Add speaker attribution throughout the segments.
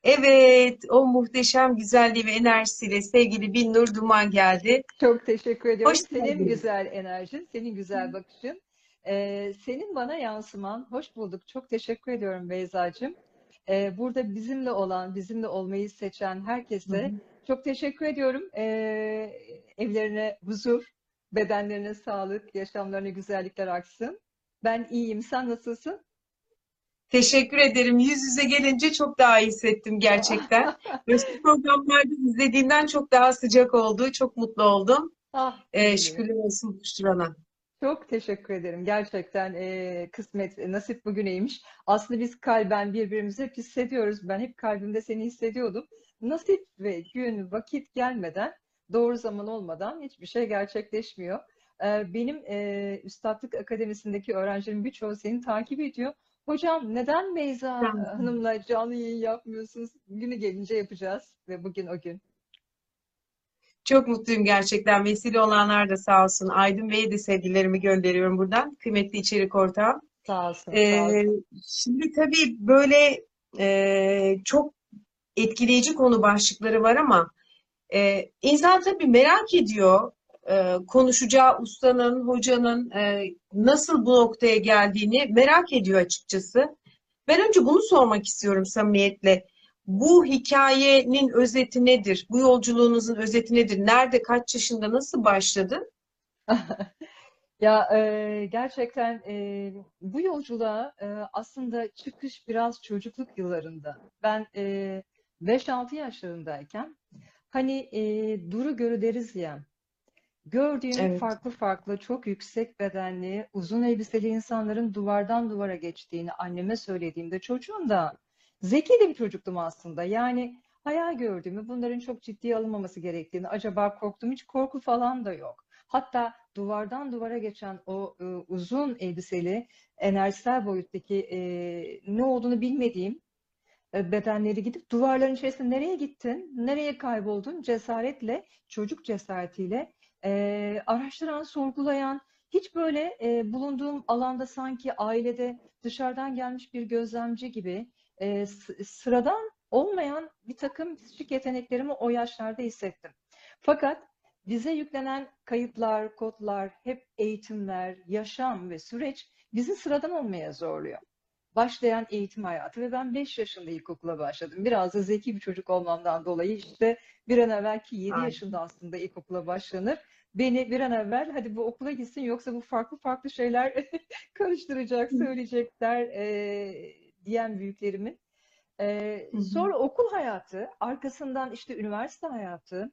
Speaker 1: Evet, o muhteşem güzelliği ve enerjisiyle sevgili Binnur Duman geldi.
Speaker 2: Çok teşekkür
Speaker 1: Hoş
Speaker 2: ediyorum. Senin
Speaker 1: geldin.
Speaker 2: güzel enerjin, senin güzel bakışın, senin bana yansıman. Hoş bulduk. Çok teşekkür ediyorum Beyzacığım. Burada bizimle olan, bizimle olmayı seçen
Speaker 1: Hı
Speaker 2: herkese
Speaker 1: hı.
Speaker 2: çok teşekkür ediyorum. Evlerine huzur, bedenlerine sağlık, yaşamlarına güzellikler aksın. Ben iyiyim. Sen nasılsın?
Speaker 1: Teşekkür ederim. Yüz yüze gelince çok daha iyi hissettim gerçekten. Ve şu programlarda izlediğimden çok daha sıcak oldu. Çok mutlu oldum.
Speaker 2: Ah canım.
Speaker 1: Şükürler olsun buluşturana.
Speaker 2: Çok teşekkür ederim. Gerçekten kısmet, nasip bugüneymiş. Aslında biz kalben birbirimizi hep hissediyoruz. Ben hep kalbimde seni hissediyordum. Nasip ve gün, vakit gelmeden, doğru zaman olmadan hiçbir şey gerçekleşmiyor. Benim Üstadlık Akademisi'ndeki öğrencilerin birçoğu seni takip ediyor. Hocam neden Beyza Hanım'la canlı yayın yapmıyorsunuz? Günü gelince yapacağız ve bugün o gün.
Speaker 1: Çok mutluyum gerçekten. Vesile olanlar da sağ olsun. Aydın Bey'e de sevgilerimi gönderiyorum buradan. Kıymetli içerik ortağım.
Speaker 2: Sağ olsun, sağ
Speaker 1: Ee,
Speaker 2: olsun.
Speaker 1: Şimdi tabii böyle çok etkileyici konu başlıkları var ama insan tabii merak ediyor konuşacağı ustanın, hocanın nasıl bu noktaya geldiğini merak ediyor açıkçası. Ben önce bunu sormak istiyorum samimiyetle. Bu hikayenin özeti nedir? Bu yolculuğunuzun özeti nedir? Nerede, kaç yaşında, nasıl başladı?
Speaker 2: Ya gerçekten bu yolculuğa aslında çıkış biraz çocukluk yıllarında. Ben 5-6 yaşlarındayken hani duru görü deriz ya. Gördüğüm
Speaker 1: Evet.
Speaker 2: farklı farklı çok yüksek bedenli, uzun elbiseli insanların duvardan duvara geçtiğini anneme söylediğimde çocuğum da zeki de bir çocuktum aslında. Yani hayal gördüğümü, bunların çok ciddiye alınmaması gerektiğini, acaba korktum, hiç korku falan da yok. Hatta duvardan duvara geçen o uzun elbiseli, enerjisel boyuttaki ne olduğunu bilmediğim bedenleri gidip duvarların içerisinde nereye gittin, nereye kayboldun cesaretle, çocuk cesaretiyle araştıran, sorgulayan, hiç böyle bulunduğum alanda sanki ailede dışarıdan gelmiş bir gözlemci gibi sıradan olmayan bir takım psikik yeteneklerimi o yaşlarda hissettim. Fakat bize yüklenen kayıtlar, kodlar, hep eğitimler, yaşam ve süreç bizi sıradan olmaya zorluyor. Başlayan eğitim hayatı ve ben 5 yaşında ilkokula başladım. Biraz da zeki bir çocuk olmamdan dolayı işte bir an evvel, ki 7
Speaker 1: Harika.
Speaker 2: yaşında aslında ilkokula başlanır. Beni bir an evvel hadi bu okula gitsin, yoksa bu farklı farklı şeyler karıştıracak, söyleyecekler diyen büyüklerimin.
Speaker 1: Hı hı.
Speaker 2: Sonra okul hayatı, arkasından işte üniversite hayatı,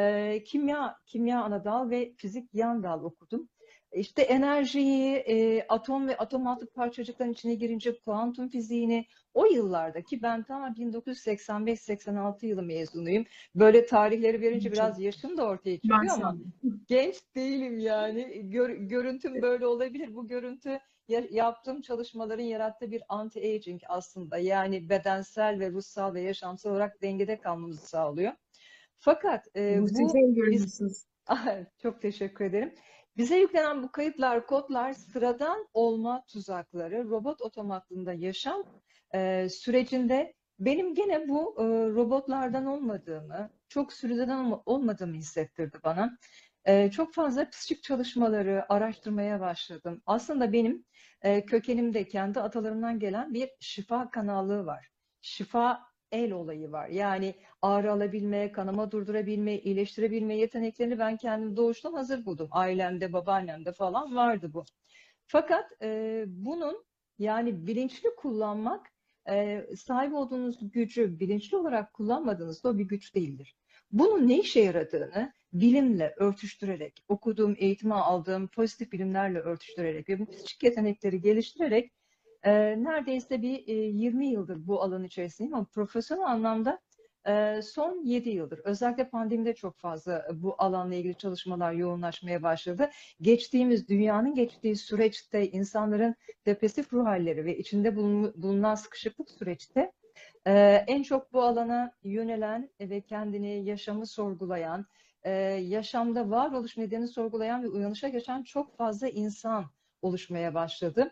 Speaker 2: kimya ana dal ve fizik yan dal okudum. İşte enerjiyi, atom ve atom altı parçacıkların içine girince kuantum fiziğini, o yıllardaki, ben tam 1985-86 yılı mezunuyum. Böyle tarihleri verince
Speaker 1: Çok
Speaker 2: biraz yaşım da ortaya çıkıyor ama
Speaker 1: maşallah.
Speaker 2: genç değilim yani. Görüntüm böyle olabilir. Bu görüntü yaptığım çalışmaların yarattığı bir anti-aging aslında. Yani bedensel ve ruhsal ve yaşamsal olarak dengede kalmamızı sağlıyor. Fakat bu
Speaker 1: Muhteşem
Speaker 2: biz
Speaker 1: görünüyorsunuz.
Speaker 2: çok teşekkür ederim. Bize yüklenen bu kayıtlar, kodlar, sıradan olma tuzakları, robot otomatlığında yaşam sürecinde benim gene bu robotlardan olmadığımı, çok sürüden olmadığımı hissettirdi bana. Çok fazla psikik çalışmaları araştırmaya başladım. Aslında benim kökenimde kendi atalarımdan gelen bir şifa kanallığı var. Şifa el olayı var. Yani ağrı alabilme, kanama durdurabilme, iyileştirebilme yeteneklerini ben kendim doğuştan hazır buldum. Ailemde, babaannemde falan vardı bu. Fakat bunun, yani bilinçli kullanmak, sahip olduğunuz gücü bilinçli olarak kullanmadığınızda o bir güç değildir. Bunun ne işe yaradığını bilimle örtüştürerek, okuduğum, eğitimi aldığım pozitif bilimlerle örtüştürerek ve bu psikik yetenekleri geliştirerek neredeyse bir 20 yıldır bu alan içerisindeyim, ama profesyonel anlamda son 7 yıldır, özellikle pandemide çok fazla bu alanla ilgili çalışmalar yoğunlaşmaya başladı. Geçtiğimiz, dünyanın geçtiği süreçte, insanların depresif ruh halleri ve içinde bulunan sıkışıklık süreçte en çok bu alana yönelen ve kendini, yaşamı sorgulayan, yaşamda varoluş nedenini sorgulayan ve uyanışa geçen çok fazla insan oluşmaya başladı.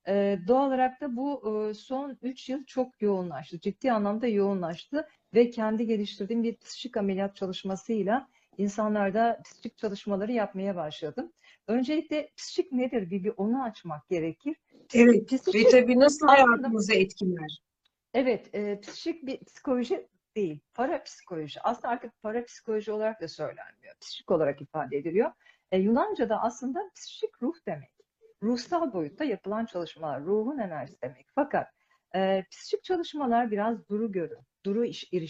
Speaker 2: Doğal olarak da bu son 3 yıl çok yoğunlaştı. Ciddi anlamda yoğunlaştı ve kendi geliştirdiğim bir psikik ameliyat çalışmasıyla insanlarda psikik çalışmaları yapmaya başladım. Öncelikle psikik nedir? Bir onu açmak gerekir.
Speaker 1: Evet. Ve
Speaker 2: Psikik
Speaker 1: tabii nasıl
Speaker 2: aslında
Speaker 1: hayatımızı etkiler?
Speaker 2: evet, psikik bir psikoloji değil, parapsikoloji. Aslında artık parapsikoloji olarak da söylenmiyor. Psikik olarak ifade ediliyor. Yunanca'da aslında psikik ruh demek. Ruhsal boyutta yapılan çalışmalar, ruhun enerjisi demek. Fakat psikik çalışmalar biraz duru görü, duru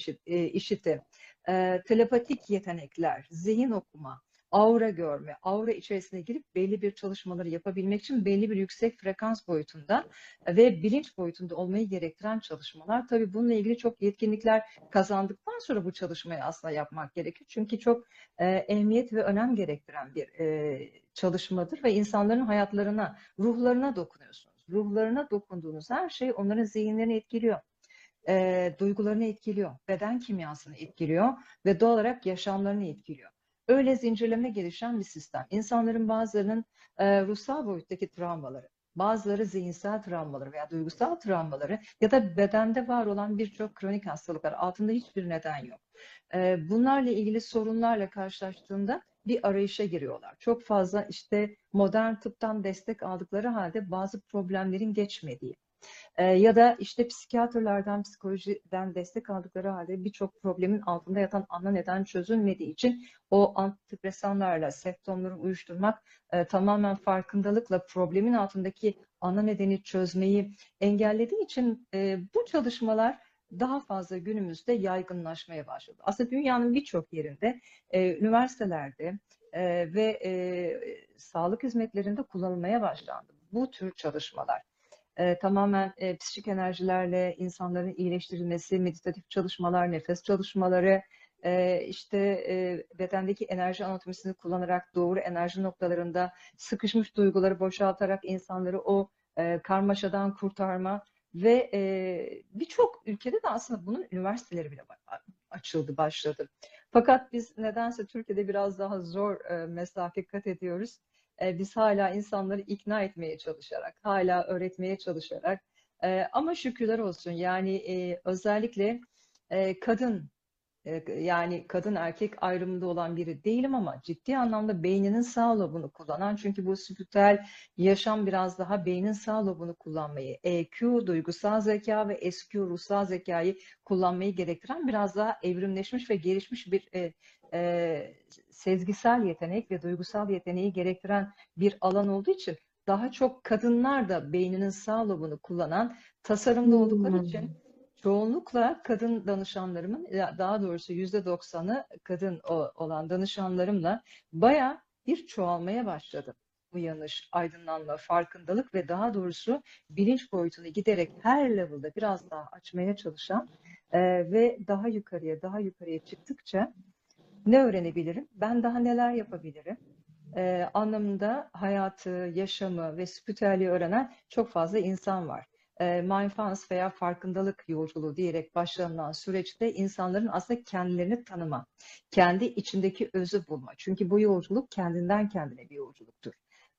Speaker 2: işiti, telepatik yetenekler, zihin okuma, aura görme, aura içerisine girip belli bir çalışmaları yapabilmek için belli bir yüksek frekans boyutunda ve bilinç boyutunda olmayı gerektiren çalışmalar. Tabii bununla ilgili çok yetkinlikler kazandıktan sonra bu çalışmayı aslında yapmak gerekir. Çünkü çok ehemmiyet ve önem gerektiren bir çalışmadır ve insanların hayatlarına, ruhlarına dokunuyorsunuz. Ruhlarına dokunduğunuz her şey onların zihinlerini etkiliyor. Duygularını etkiliyor, beden kimyasını etkiliyor ve doğal olarak yaşamlarını etkiliyor. Öyle zincirleme gelişen bir sistem. İnsanların bazılarının ruhsal boyuttaki travmaları, bazıları zihinsel travmaları veya duygusal travmaları ya da bedende var olan birçok kronik hastalıklar altında hiçbir neden yok. Bunlarla ilgili sorunlarla karşılaştığında bir arayışa giriyorlar. Çok fazla işte modern tıptan destek aldıkları halde bazı problemlerin geçmediği. Ya da işte psikiyatrlardan, psikolojiden destek aldıkları halde birçok problemin altında yatan ana neden çözülmediği için o antidepresanlarla semptomları uyuşturmak tamamen farkındalıkla problemin altındaki ana nedeni çözmeyi engellediği için bu çalışmalar daha fazla günümüzde yaygınlaşmaya başladı. Aslında dünyanın birçok yerinde, üniversitelerde ve sağlık hizmetlerinde kullanılmaya başlandı bu tür çalışmalar. Tamamen psikik enerjilerle insanların iyileştirilmesi, meditatif çalışmalar, nefes çalışmaları, işte bedendeki enerji anatomisini kullanarak doğru enerji noktalarında sıkışmış duyguları boşaltarak insanları o karmaşadan kurtarma ve birçok ülkede de aslında bunun üniversiteleri bile açıldı, başladı. Fakat biz nedense Türkiye'de biraz daha zor mesafe kat ediyoruz. Biz hala insanları ikna etmeye çalışarak, hala öğretmeye çalışarak ama şükürler olsun yani özellikle kadın yani kadın erkek ayrımında olan biri değilim ama ciddi anlamda beyninin sağ lobunu kullanan çünkü bu spiritüel yaşam biraz daha beynin sağ lobunu kullanmayı, EQ duygusal zeka ve SQ ruhsal zekayı kullanmayı gerektiren biraz daha evrimleşmiş ve gelişmiş bir sezgisel yetenek ve duygusal yeteneği gerektiren bir alan olduğu için daha çok kadınlar da beyninin sağ lobunu kullanan tasarımda oldukları için
Speaker 1: Hmm.
Speaker 2: çoğunlukla kadın danışanlarımın, daha doğrusu %90'ı kadın olan danışanlarımla bayağı bir çoğalmaya başladı. Uyanış, aydınlanma, farkındalık ve daha doğrusu bilinç boyutunu giderek her level'da biraz daha açmaya çalışan ve daha yukarıya çıktıkça ne öğrenebilirim? Ben daha neler yapabilirim? Anlamında hayatı, yaşamı ve spiritüelliği öğrenen çok fazla insan var. Mindfulness veya farkındalık yolculuğu diyerek başlanılan süreçte insanların aslında kendilerini tanıma, kendi içindeki özü bulma. Çünkü bu yolculuk kendinden kendine bir yolculuktur.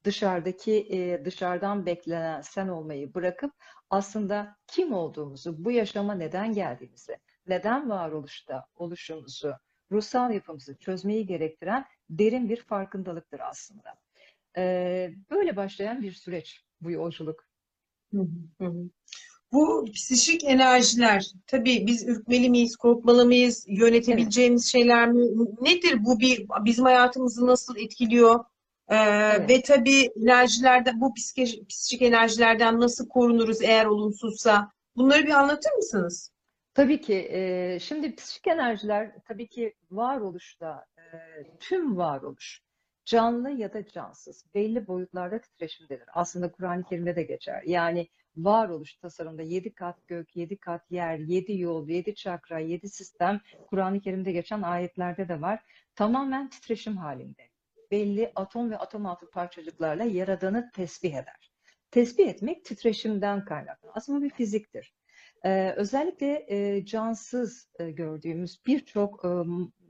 Speaker 2: Dışarıdan beklenen sen olmayı bırakıp aslında kim olduğumuzu, bu yaşama neden geldiğimizi, neden varoluşta oluşumuzu, ruhsal yapımızı çözmeyi gerektiren derin bir farkındalıktır aslında. Böyle başlayan bir süreç bu yolculuk.
Speaker 1: Hı hı, hı hı. Bu psikik enerjiler, tabii biz ürkmeli miyiz, korkmalı mıyız,
Speaker 2: Evet,
Speaker 1: yönetebileceğimiz şeyler mi? Nedir bu bizim hayatımızı nasıl etkiliyor?
Speaker 2: evet.
Speaker 1: Ve tabii enerjilerden, bu psikik enerjilerden nasıl korunuruz eğer olumsuzsa? Bunları bir anlatır mısınız?
Speaker 2: Tabii ki şimdi psikik enerjiler tabii ki varoluşta tüm varoluş canlı ya da cansız belli boyutlarda titreşimdedir. Aslında Kur'an-ı Kerim'de de geçer. Yani varoluş tasarımda 7 kat gök, 7 kat yer, 7 yol, 7 çakra, 7 sistem Kur'an-ı Kerim'de geçen ayetlerde de var. Tamamen titreşim halinde. Belli atom ve atom altı parçacıklarla Yaradan'ı tesbih eder. Tesbih etmek titreşimden kaynaklı. Aslında bir fiziktir. Özellikle cansız gördüğümüz birçok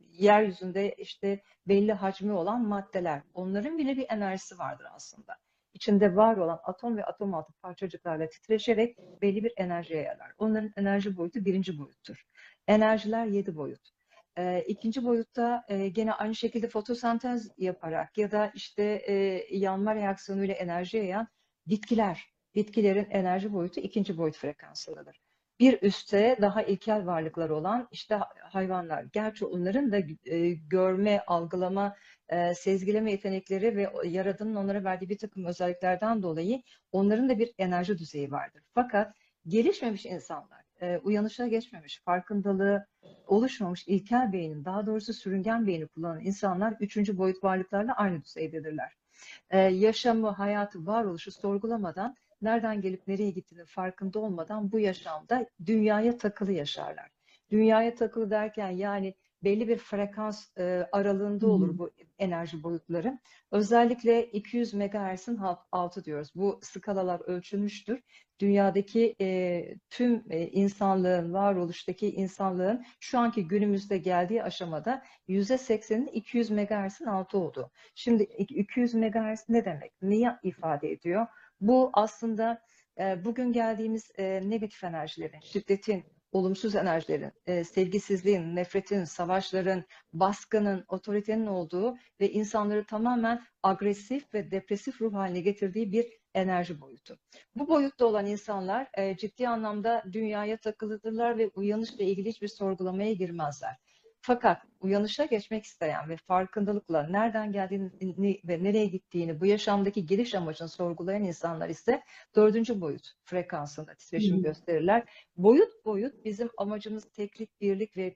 Speaker 2: yeryüzünde işte belli hacmi olan maddeler, onların bile bir enerjisi vardır aslında. içinde var olan atom ve atom altı parçacıklarla titreşerek belli bir enerjiye yayarlar. Onların enerji boyutu birinci boyuttur. Enerjiler 7 boyut. İkinci boyutta gene aynı şekilde fotosentez yaparak ya da işte yanma reaksiyonuyla enerji yayan bitkiler. Bitkilerin enerji boyutu ikinci boyut frekansındadır. Bir üstte daha ilkel varlıklar olan işte hayvanlar. Gerçi onların da görme, algılama, sezgileme yetenekleri ve Yaradan'ın onlara verdiği bir takım özelliklerden dolayı onların da bir enerji düzeyi vardır. Fakat gelişmemiş insanlar, uyanışa geçmemiş, farkındalığı oluşmamış ilkel beynin, daha doğrusu sürüngen beyni kullanan insanlar üçüncü boyut varlıklarla aynı düzeydedirler. Yaşamı, hayatı, varoluşu sorgulamadan, nereden gelip nereye gittiğini farkında olmadan bu yaşamda dünyaya takılı yaşarlar. Dünyaya takılı derken yani belli bir frekans aralığında
Speaker 1: Hı
Speaker 2: olur
Speaker 1: hı.
Speaker 2: bu enerji boyutları. Özellikle 200 MHz'in altı diyoruz. Bu skalalar ölçülmüştür. Dünyadaki tüm insanlığın, varoluştaki insanlığın şu anki günümüzde geldiği aşamada %80'in 200 MHz'in altı olduğu. Şimdi 200 MHz ne demek? Neyi ifade ediyor? Bu aslında bugün geldiğimiz negatif enerjilerin, şiddetin, olumsuz enerjilerin, sevgisizliğin, nefretin, savaşların, baskının, otoritenin olduğu ve insanları tamamen agresif ve depresif ruh haline getirdiği bir enerji boyutu. Bu boyutta olan insanlar ciddi anlamda dünyaya takılıdırlar ve uyanışla ilgili hiçbir sorgulamaya girmezler. Fakat uyanışa geçmek isteyen ve farkındalıkla nereden geldiğini ve nereye gittiğini, bu yaşamdaki geliş amacını sorgulayan insanlar ise dördüncü boyut frekansında
Speaker 1: Hı
Speaker 2: titreşim
Speaker 1: hı.
Speaker 2: gösterirler. Boyut boyut bizim amacımız teklik, birlik ve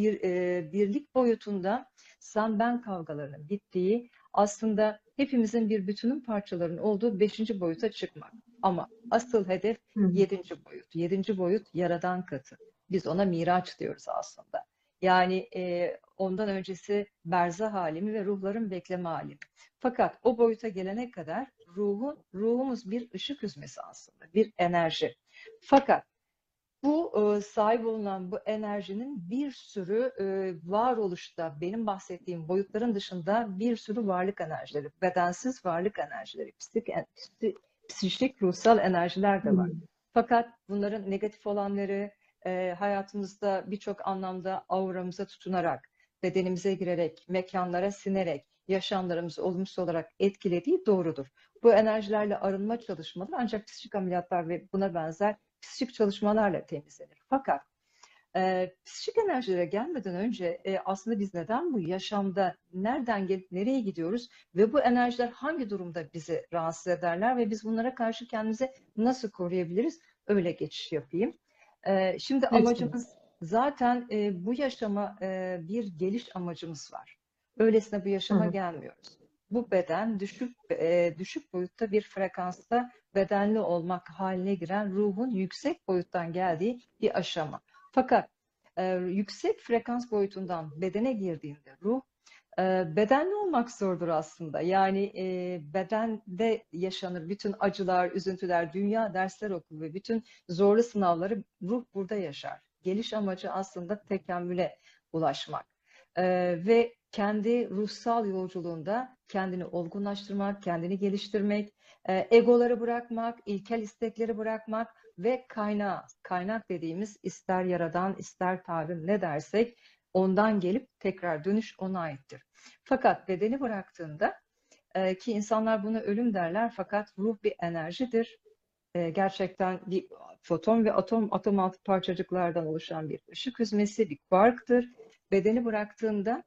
Speaker 2: birlik boyutunda sen ben kavgalarının bittiği, aslında hepimizin bir bütünün parçalarının olduğu beşinci boyuta çıkmak. Ama asıl hedef
Speaker 1: Hı hı.
Speaker 2: yedinci boyut. Yedinci boyut yaradan katı. Biz ona miraç diyoruz aslında. Yani ondan öncesi berzah halimi ve ruhların bekleme halimi. Fakat o boyuta gelene kadar ruhumuz bir ışık hüzmesi aslında, bir enerji. Fakat bu sahip olunan bu enerjinin bir sürü varoluşta benim bahsettiğim boyutların dışında bir sürü varlık enerjileri, bedensiz varlık enerjileri, psikik, ruhsal enerjiler
Speaker 1: Hı
Speaker 2: de var.
Speaker 1: hı.
Speaker 2: Fakat bunların negatif olanları hayatımızda birçok anlamda auramıza tutunarak, bedenimize girerek, mekanlara sinerek, yaşamlarımızı olumsuz olarak etkilediği doğrudur. Bu enerjilerle arınma çalışmaları ancak psikik ameliyatlar ve buna benzer psikik çalışmalarla temizlenir. Fakat psikik enerjilere gelmeden önce aslında biz neden bu yaşamda nereden gelip nereye gidiyoruz ve bu enerjiler hangi durumda bizi rahatsız ederler ve biz bunlara karşı kendimizi nasıl koruyabiliriz? Öyle geçiş yapayım. Şimdi
Speaker 1: Lütfen.
Speaker 2: amacımız zaten bu yaşama bir geliş amacımız var. Öylesine bu
Speaker 1: Hı
Speaker 2: yaşama
Speaker 1: hı.
Speaker 2: gelmiyoruz. Bu beden düşük boyutta bir frekansta bedenli olmak haline giren ruhun yüksek boyuttan geldiği bir aşama. Fakat yüksek frekans boyutundan bedene girdiğinde ruh bedenli olmak zordur aslında. Yani bedende yaşanır bütün acılar, üzüntüler, dünya dersler okur ve bütün zorlu sınavları ruh burada yaşar. Geliş amacı aslında tekemmüle ulaşmak. Ve kendi ruhsal yolculuğunda kendini olgunlaştırmak, kendini geliştirmek, egoları bırakmak, ilkel istekleri bırakmak ve kaynak dediğimiz ister yaradan ister Tanrı ne dersek ondan gelip tekrar dönüş ona aittir. Fakat bedeni bıraktığında ki insanlar buna ölüm derler fakat ruh bir enerjidir. Gerçekten bir foton ve atom altı parçacıklardan oluşan bir ışık hüzmesi, bir kuarktır. Bedeni bıraktığında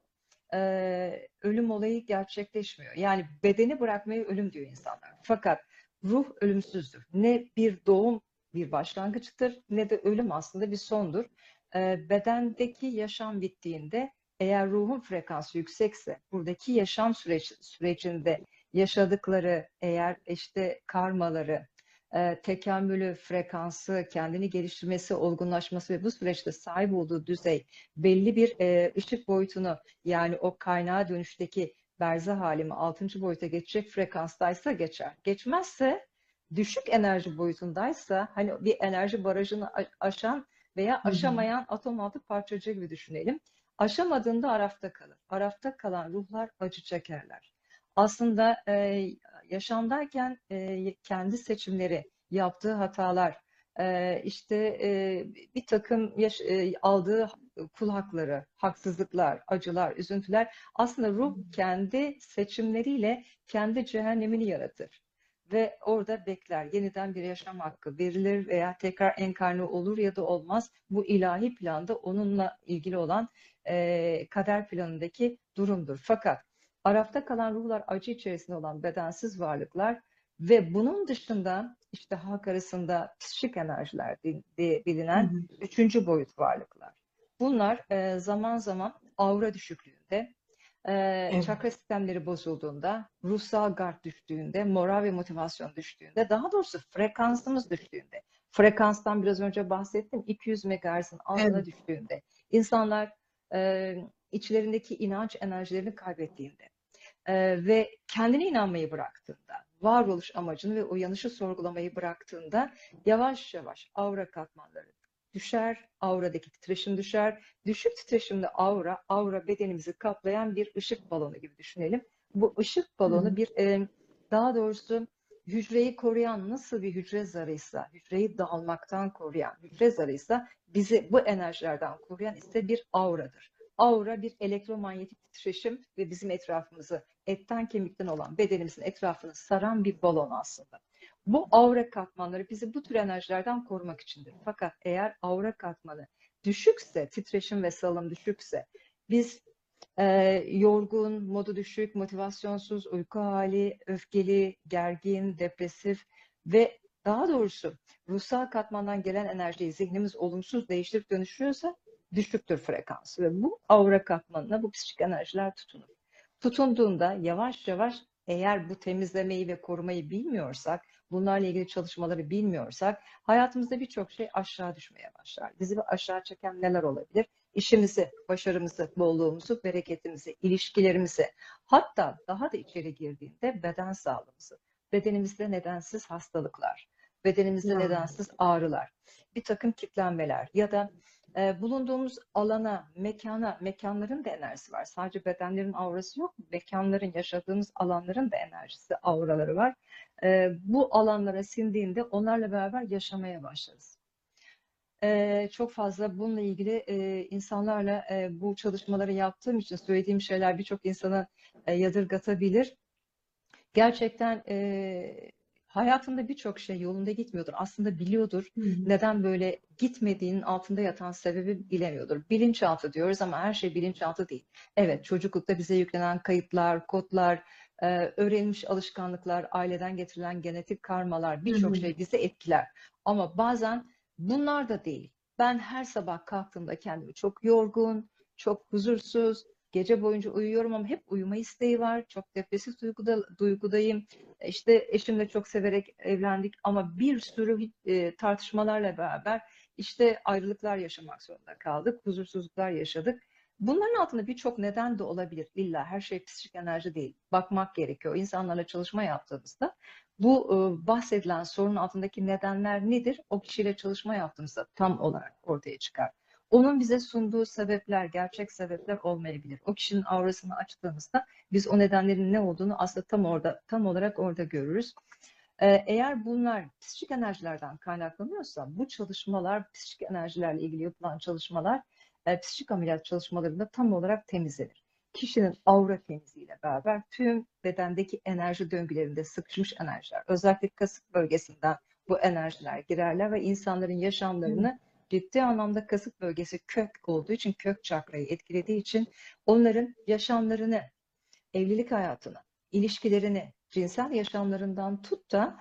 Speaker 2: ölüm olayı gerçekleşmiyor. Yani bedeni bırakmayı ölüm diyor insanlar. Fakat ruh ölümsüzdür. Ne bir doğum bir başlangıçtır ne de ölüm aslında bir sondur. Bedendeki yaşam bittiğinde eğer ruhun frekansı yüksekse buradaki yaşam sürecinde yaşadıkları eğer işte karmaları, tekamülü, frekansı, kendini geliştirmesi, olgunlaşması ve bu süreçte sahip olduğu düzey belli bir ışık boyutunu yani o kaynağa dönüşteki berzah halimi 6. boyuta geçecek frekanstaysa geçer. Geçmezse düşük enerji boyutundaysa hani bir enerji barajını aşan veya
Speaker 1: Hı hı.
Speaker 2: aşamayan atom altı parçacığı gibi düşünelim. Aşamadığında arafta kalır. Arafta kalan ruhlar acı çekerler. Aslında yaşamdayken kendi seçimleri, yaptığı hatalar, işte bir takım aldığı kul hakları, haksızlıklar, acılar, üzüntüler, aslında ruh kendi seçimleriyle kendi cehennemini yaratır. Ve orada bekler. Yeniden bir yaşam hakkı verilir veya tekrar enkarne olur ya da olmaz. Bu ilahi planda onunla ilgili olan kader planındaki durumdur. Fakat arafta kalan ruhlar, acı içerisinde olan bedensiz varlıklar ve bunun dışında işte halk arasında psikik enerjiler diye
Speaker 1: Hı
Speaker 2: bilinen
Speaker 1: hı.
Speaker 2: üçüncü boyut varlıklar. Bunlar zaman zaman aura düşüklüğünde,
Speaker 1: Evet.
Speaker 2: çakra sistemleri bozulduğunda, ruhsal gard düştüğünde, moral ve motivasyon düştüğünde, daha doğrusu frekansımız düştüğünde, frekanstan biraz önce bahsettim, 200 MHz'in altına
Speaker 1: Evet.
Speaker 2: düştüğünde, insanlar içlerindeki inanç enerjilerini kaybettiğinde ve kendine inanmayı bıraktığında, varoluş amacını ve uyanışı sorgulamayı bıraktığında yavaş yavaş aura katmanları düşer, auradaki titreşim düşer. Düşük titreşimli aura bedenimizi kaplayan bir ışık balonu gibi düşünelim. Bu ışık
Speaker 1: Hı
Speaker 2: balonu
Speaker 1: hı.
Speaker 2: bir, daha doğrusu hücreyi koruyan nasıl bir hücre zarıysa, hücreyi dağılmaktan koruyan hücre zarıysa, bizi bu enerjilerden koruyan ise bir auradır. Aura bir elektromanyetik titreşim ve bizim etrafımızı, etten kemikten olan bedenimizin etrafını saran bir balon aslında. Bu aura katmanları bizi bu tür enerjilerden korumak içindir. Fakat eğer aura katmanı düşükse, titreşim ve salım düşükse, biz yorgun, modu düşük, motivasyonsuz, uyku hali, öfkeli, gergin, depresif ve daha doğrusu ruhsal katmandan gelen enerjiyi zihnimiz olumsuz değiştirip dönüştürüyorsa düşüktür frekansı ve bu aura katmanına bu psikik enerjiler tutunur. Tutunduğunda yavaş yavaş, eğer bu temizlemeyi ve korumayı bilmiyorsak, bunlarla ilgili çalışmaları bilmiyorsak, hayatımızda birçok şey aşağı düşmeye başlar. Bizi aşağı çeken neler olabilir? İşimizi, başarımızı, bolluğumuzu, bereketimizi, ilişkilerimizi, hatta daha da içeri girdiğinde beden sağlığımızı, bedenimizde nedensiz hastalıklar, bedenimizde
Speaker 1: Ya.
Speaker 2: nedensiz ağrılar, bir takım kitlenmeler ya da bulunduğumuz alana, mekana, mekanların da enerjisi var. Sadece bedenlerin aurası yok, mekanların, yaşadığımız alanların da enerjisi, auraları var. Bu alanlara sindiğinde onlarla beraber yaşamaya başlarız. Çok fazla bununla ilgili insanlarla bu çalışmaları yaptığım için söylediğim şeyler birçok insana yadırgatabilir. Gerçekten hayatında birçok şey yolunda gitmiyordur. Aslında biliyordur.
Speaker 1: Hı hı.
Speaker 2: Neden böyle gitmediğinin altında yatan sebebi bilemiyordur. Bilinçaltı diyoruz ama her şey bilinçaltı değil. Evet, çocuklukta bize yüklenen kayıtlar, kodlar, öğrenilmiş alışkanlıklar, aileden getirilen genetik karmalar,
Speaker 1: Hı
Speaker 2: birçok
Speaker 1: hı.
Speaker 2: şey bizi etkiler. Ama bazen bunlar da değil. Ben her sabah kalktığımda kendimi çok yorgun, çok huzursuz, gece boyunca uyuyorum ama hep uyuma isteği var. Çok depresif duygudayım. İşte eşimle çok severek evlendik ama bir sürü tartışmalarla beraber işte ayrılıklar yaşamak zorunda kaldık. Huzursuzluklar yaşadık. Bunların altında birçok neden de olabilir. İlla her şey psikik enerji değil. Bakmak gerekiyor. İnsanlarla çalışma yaptığımızda bu bahsedilen sorunun altındaki nedenler nedir? O kişiyle çalışma yaptığımızda tam olarak ortaya çıkar. Onun bize sunduğu sebepler, gerçek sebepler olmayabilir. O kişinin aurasını açtığımızda biz o nedenlerin ne olduğunu aslında tam olarak orada görürüz. Eğer bunlar psikik enerjilerden kaynaklanıyorsa, bu çalışmalar, psikik enerjilerle ilgili yapılan çalışmalar, psikik ameliyat çalışmalarında tam olarak temizlenir. Kişinin aura temizliğiyle beraber tüm bedendeki enerji döngülerinde sıkışmış enerjiler, özellikle kasık bölgesinden bu enerjiler girerler ve insanların yaşamlarını ciddi anlamda kasık bölgesi kök olduğu için, kök çakrayı etkilediği için onların yaşamlarını, evlilik hayatını, ilişkilerini, cinsel yaşamlarından tut da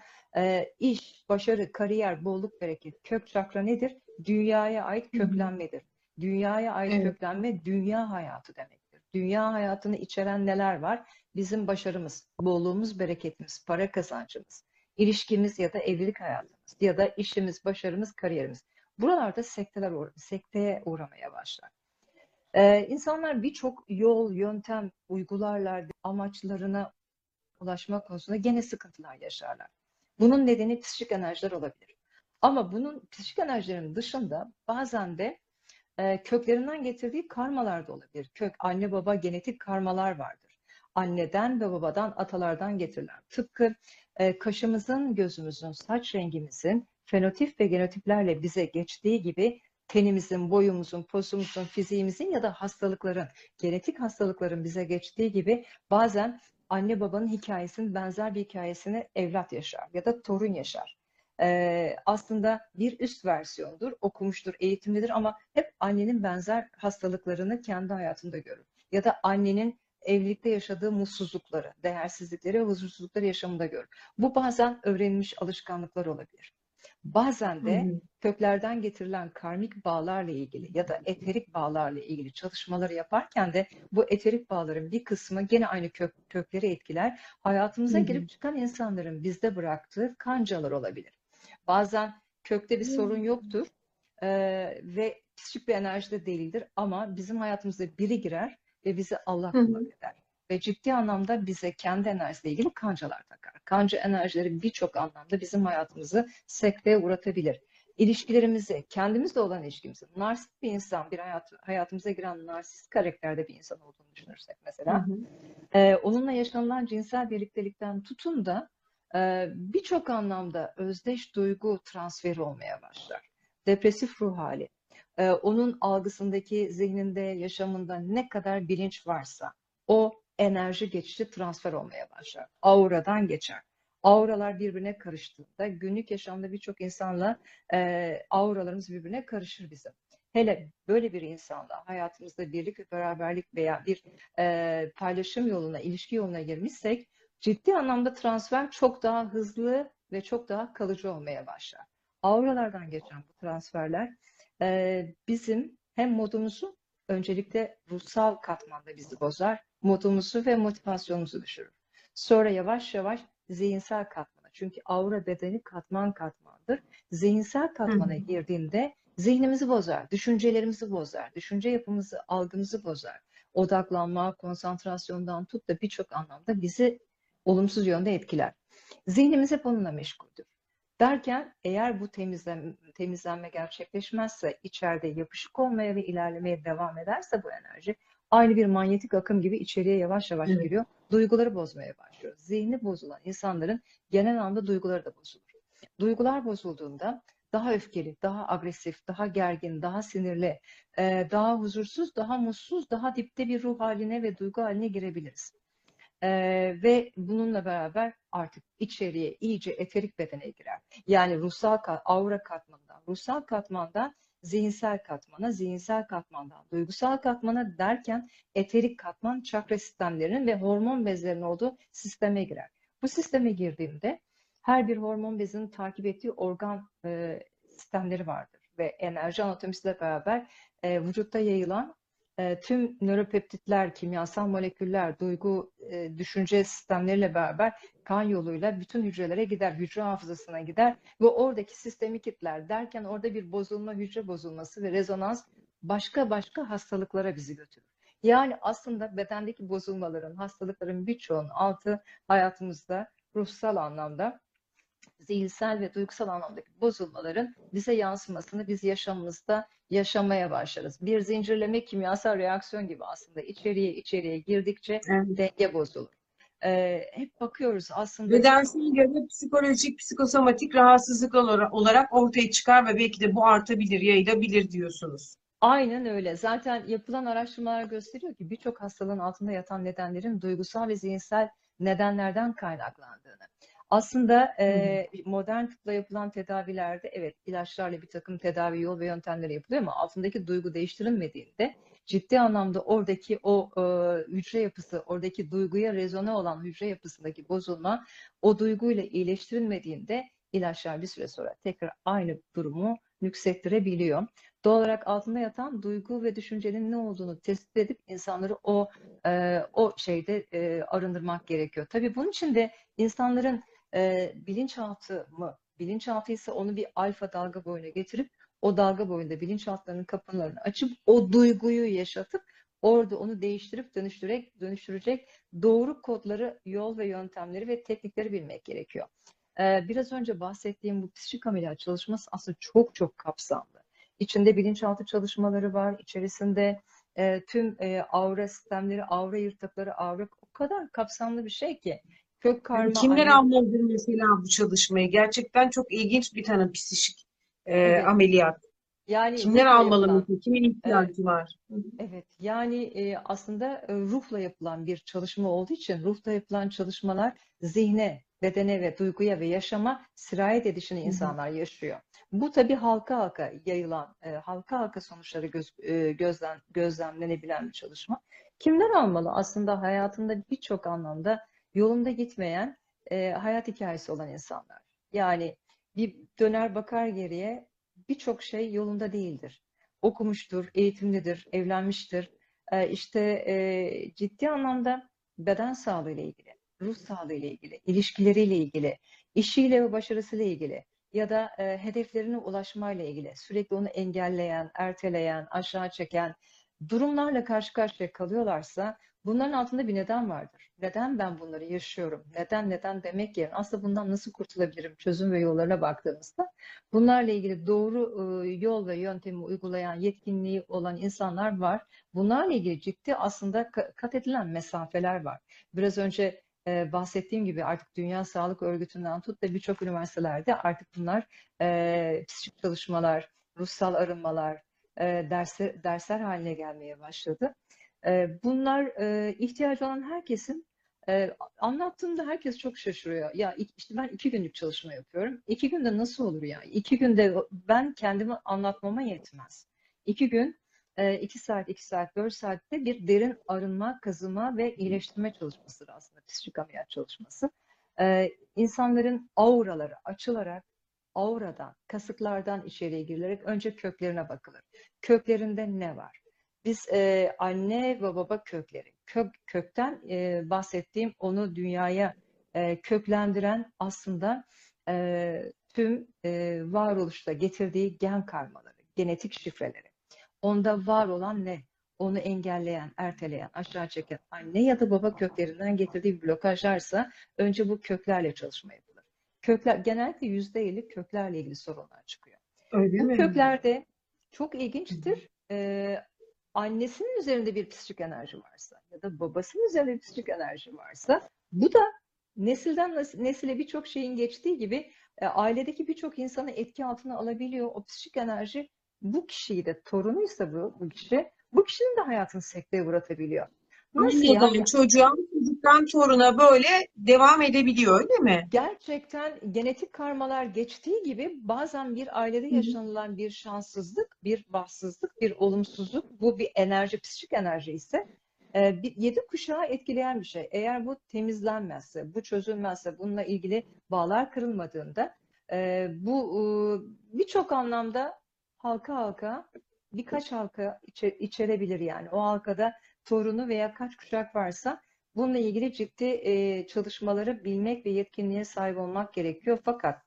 Speaker 2: iş, başarı, kariyer, bolluk, bereket, kök çakra nedir? Dünyaya ait
Speaker 1: Hı hı.
Speaker 2: köklenmedir. Dünyaya ait
Speaker 1: Evet.
Speaker 2: köklenme dünya hayatı demektir. Dünya hayatını içeren neler var? Bizim başarımız, bolluğumuz, bereketimiz, para kazancımız, ilişkimiz ya da evlilik hayatımız ya da işimiz, başarımız, kariyerimiz. Buralarda sekteye uğramaya başlar. İnsanlar birçok yol, yöntem uygularlar, amaçlarına ulaşmak konusunda gene sıkıntılar yaşarlar. Bunun nedeni psikik enerjiler olabilir. Ama bunun psikik enerjilerin dışında bazen de köklerinden getirdiği karmalar da olabilir. Kök, anne baba genetik karmalar vardır. Anneden ve babadan, atalardan getirilen. Tıpkı kaşımızın, gözümüzün, saç rengimizin fenotip ve genotiplerle bize geçtiği gibi tenimizin, boyumuzun, posumuzun, fiziğimizin ya da hastalıkların, genetik hastalıkların bize geçtiği gibi bazen anne babanın hikayesinin benzer bir hikayesini evlat yaşar ya da torun yaşar. Aslında bir üst versiyondur, okumuştur, eğitimlidir ama hep annenin benzer hastalıklarını kendi hayatında görür. Ya da annenin evlilikte yaşadığı mutsuzlukları, değersizlikleri ve huzursuzlukları yaşamında görür. Bu bazen öğrenilmiş alışkanlıklar olabilir. Bazen
Speaker 1: Hı
Speaker 2: de
Speaker 1: hı.
Speaker 2: köklerden getirilen karmik bağlarla ilgili ya da eterik bağlarla ilgili çalışmaları yaparken de bu eterik bağların bir kısmı gene aynı kökleri etkiler.
Speaker 1: Hı
Speaker 2: Hayatımıza
Speaker 1: hı.
Speaker 2: girip çıkan insanların bizde bıraktığı kancalar olabilir. Bazen kökte bir sorun yoktur ve psikik bir enerjide değildir ama bizim hayatımıza biri girer ve bizi
Speaker 1: Hı
Speaker 2: allak bullak
Speaker 1: hı.
Speaker 2: eder. Ve ciddi anlamda bize kendi enerjisiyle ilgili kancalar takar. Kanca enerjileri birçok anlamda bizim hayatımızı sekteye uğratabilir. İlişkilerimizi, kendimizle olan ilişkimizi, narsist bir insan, bir hayatımıza giren narsist karakterde bir insan olduğunu düşünürsek
Speaker 1: Hı
Speaker 2: mesela,
Speaker 1: hı.
Speaker 2: onunla yaşanılan cinsel birliktelikten tutun da birçok anlamda özdeş duygu transferi olmaya başlar. Depresif ruh hali, onun algısındaki, zihninde, yaşamında ne kadar bilinç varsa o enerji geçişi transfer olmaya başlar. Auradan geçer. Auralar birbirine karıştığında günlük yaşamda birçok insanla auralarımız birbirine karışır bizim. Hele böyle bir insanla hayatımızda birlik ve beraberlik veya bir paylaşım yoluna, ilişki yoluna girmişsek ciddi anlamda transfer çok daha hızlı ve çok daha kalıcı olmaya başlar. Auralardan geçen bu transferler bizim hem modumuzu, öncelikle ruhsal katmanda bizi bozar, modumuzu ve motivasyonumuzu düşürür. Sonra yavaş yavaş zihinsel katmana. Çünkü aura bedeni katman katmandır. Zihinsel
Speaker 1: Hı
Speaker 2: katmana
Speaker 1: hı.
Speaker 2: girdiğinde zihnimizi bozar, düşüncelerimizi bozar, düşünce yapımızı, algımızı bozar. Odaklanma, konsantrasyondan tut da birçok anlamda bizi olumsuz yönde etkiler. Zihnimiz hep onunla meşguldür. Derken eğer bu temizlenme gerçekleşmezse, içeride yapışık olmaya ve ilerlemeye devam ederse bu enerji aynı bir manyetik akım gibi içeriye yavaş yavaş
Speaker 1: Evet.
Speaker 2: giriyor. Duyguları bozmaya başlıyor. Zihni bozulan insanların genel anlamda duyguları da bozulur. Duygular bozulduğunda daha öfkeli, daha agresif, daha gergin, daha sinirli, daha huzursuz, daha mutsuz, daha dipte bir ruh haline ve duygu haline girebiliriz. Ve bununla beraber artık içeriye iyice eterik bedene girer. Yani aura katmanından, ruhsal katmandan zihinsel katmana, zihinsel katmandan duygusal katmana derken eterik katman çakra sistemlerinin ve hormon bezlerinin olduğu sisteme girer. Bu sisteme girdiğinde her bir hormon bezinin takip ettiği organ sistemleri vardır ve enerji anatomisiyle beraber vücutta yayılan tüm nöropeptitler, kimyasal moleküller, duygu, düşünce sistemleriyle beraber kan yoluyla bütün hücrelere gider, hücre hafızasına gider ve oradaki sistemi kitler derken orada bir bozulma, hücre bozulması ve rezonans başka başka hastalıklara bizi götürür. Yani aslında bedendeki bozulmaların, hastalıkların birçoğunun altı hayatımızda ruhsal anlamda zihinsel ve duygusal anlamdaki bozulmaların bize yansımasını biz yaşamımızda yaşamaya başlarız. Bir zincirleme kimyasal reaksiyon gibi aslında içeriye girdikçe
Speaker 1: Evet.
Speaker 2: denge bozulur. Hep bakıyoruz aslında
Speaker 1: Bedensel ya da psikolojik, psikosomatik rahatsızlık olarak ortaya çıkar ve belki de bu artabilir, yayılabilir diyorsunuz.
Speaker 2: aynen öyle. Zaten yapılan araştırmalar gösteriyor ki birçok hastalığın altında yatan nedenlerin duygusal ve zihinsel nedenlerden kaynaklandığını. Aslında
Speaker 1: Hı hı.
Speaker 2: modern tıpla yapılan tedavilerde evet ilaçlarla bir takım tedavi yol ve yöntemleri yapılıyor ama altındaki duygu değiştirilmediğinde ciddi anlamda oradaki o hücre yapısı, oradaki duyguya rezone olan hücre yapısındaki bozulma o duyguyla iyileştirilmediğinde ilaçlar bir süre sonra tekrar aynı durumu nüksettirebiliyor. Doğal olarak altında yatan duygu ve düşüncenin ne olduğunu tespit edip insanları o şeyde arındırmak gerekiyor. Tabii bunun için de insanların bilinçaltı mı? Bilinçaltı ise onu bir alfa dalga boyuna getirip o dalga boyunda bilinçaltlarının kapılarını açıp o duyguyu yaşatıp orada onu değiştirip dönüştürecek doğru kodları, yol ve yöntemleri ve teknikleri bilmek gerekiyor. Biraz önce bahsettiğim bu psikik ameliyat çalışması aslında çok çok kapsamlı. İçinde bilinçaltı çalışmaları var, içerisinde tüm aura sistemleri, aura yırtıkları, aura kadar kapsamlı bir şey ki. Kök
Speaker 1: Yani
Speaker 2: karma,
Speaker 1: kimler
Speaker 2: anne,
Speaker 1: almalıdır mesela bu çalışmayı? Gerçekten çok ilginç bir tanım psikik
Speaker 2: evet.
Speaker 1: ameliyat.
Speaker 2: Yani
Speaker 1: Kimler
Speaker 2: ruhla
Speaker 1: almalı
Speaker 2: yapılan,
Speaker 1: mesela? Kimin
Speaker 2: e,
Speaker 1: ihtiyacı var? Hı hı.
Speaker 2: evet, yani aslında ruhla yapılan bir çalışma olduğu için ruhla yapılan çalışmalar zihne, bedene ve duyguya ve yaşama sirayet edişini
Speaker 1: Hı hı.
Speaker 2: insanlar yaşıyor. Bu tabii halka halka yayılan, halka halka sonuçları gözlemlenebilen bir çalışma. Kimler almalı? Aslında hayatında birçok anlamda yolunda gitmeyen hayat hikayesi olan insanlar. Yani bir döner bakar geriye, birçok şey yolunda değildir. Okumuştur, eğitimlidir, evlenmiştir. İşte ciddi anlamda beden sağlığı ile ilgili, ruh sağlığı ile ilgili, ilişkileriyle ilgili, işiyle ve başarısıyla ilgili ya da hedeflerine ulaşmayla ilgili sürekli onu engelleyen, erteleyen, aşağı çeken durumlarla karşı karşıya kalıyorlarsa bunların altında bir neden vardır. Neden ben bunları yaşıyorum? Neden demek yerine aslında bundan nasıl kurtulabilirim? Çözüm ve yollarına baktığımızda bunlarla ilgili doğru yol ve yöntemi uygulayan, yetkinliği olan insanlar var. Bunlarla ilgili ciddi aslında kat edilen mesafeler var. Biraz önce bahsettiğim gibi artık Dünya Sağlık Örgütü'nden tut da birçok üniversitelerde artık bunlar psikik çalışmalar, ruhsal arınmalar, dersler haline gelmeye başladı. Bunlar ihtiyacı olan herkesin anlattığımda herkes çok şaşırıyor. Ya işte ben 2 günlük çalışma yapıyorum. 2 günde nasıl olur ya? 2 günde ben kendimi anlatmama yetmez. 2 gün, 2 saat, 2 saat, 4 saatte bir derin arınma, kazıma ve iyileştirme çalışmasıdır aslında psikik ameliyat çalışması. İnsanların auraları açılarak, auradan, kasıklardan içeriye girilerek önce köklerine bakılır. Köklerinde ne var? Biz anne ve baba kökleri, kökten bahsettiğim onu dünyaya köklendiren aslında tüm varoluşta getirdiği gen karmaları, genetik şifreleri. Onda var olan ne? Onu engelleyen, erteleyen, aşağı çeken anne ya da baba köklerinden getirdiği blokajlarsa önce bu köklerle çalışma yapılır. Kökler genellikle %50 köklerle ilgili sorunlar çıkıyor.
Speaker 1: Öyle
Speaker 2: Bu
Speaker 1: mi?
Speaker 2: köklerde çok
Speaker 1: Hı hı.
Speaker 2: ilginçtir. Annesinin üzerinde bir psikik enerji varsa ya da babasının üzerinde bir psikik enerji varsa bu da nesilden nesile birçok şeyin geçtiği gibi ailedeki birçok insanı etki altına alabiliyor. O psikik enerji bu kişiyi de torunuysa bu kişi bu kişinin de hayatını sekteye uğratabiliyor. Nasıl ya?
Speaker 1: Anneden çocuğa, çocuktan toruna böyle devam edebiliyor, öyle mi?
Speaker 2: Gerçekten genetik karmalar geçtiği gibi bazen bir ailede
Speaker 1: Hı hı.
Speaker 2: yaşanılan bir şanssızlık, bir bahtsızlık, bir olumsuzluk, bu bir enerji, psikik enerji ise 7 kuşağı etkileyen bir şey. Eğer bu temizlenmezse, bu çözülmezse, bununla ilgili bağlar kırılmadığında bu birçok anlamda halka halka birkaç halka içerebilir yani. O halkada torunu veya kaç kuşak varsa bununla ilgili ciddi çalışmaları bilmek ve yetkinliğe sahip olmak gerekiyor. Fakat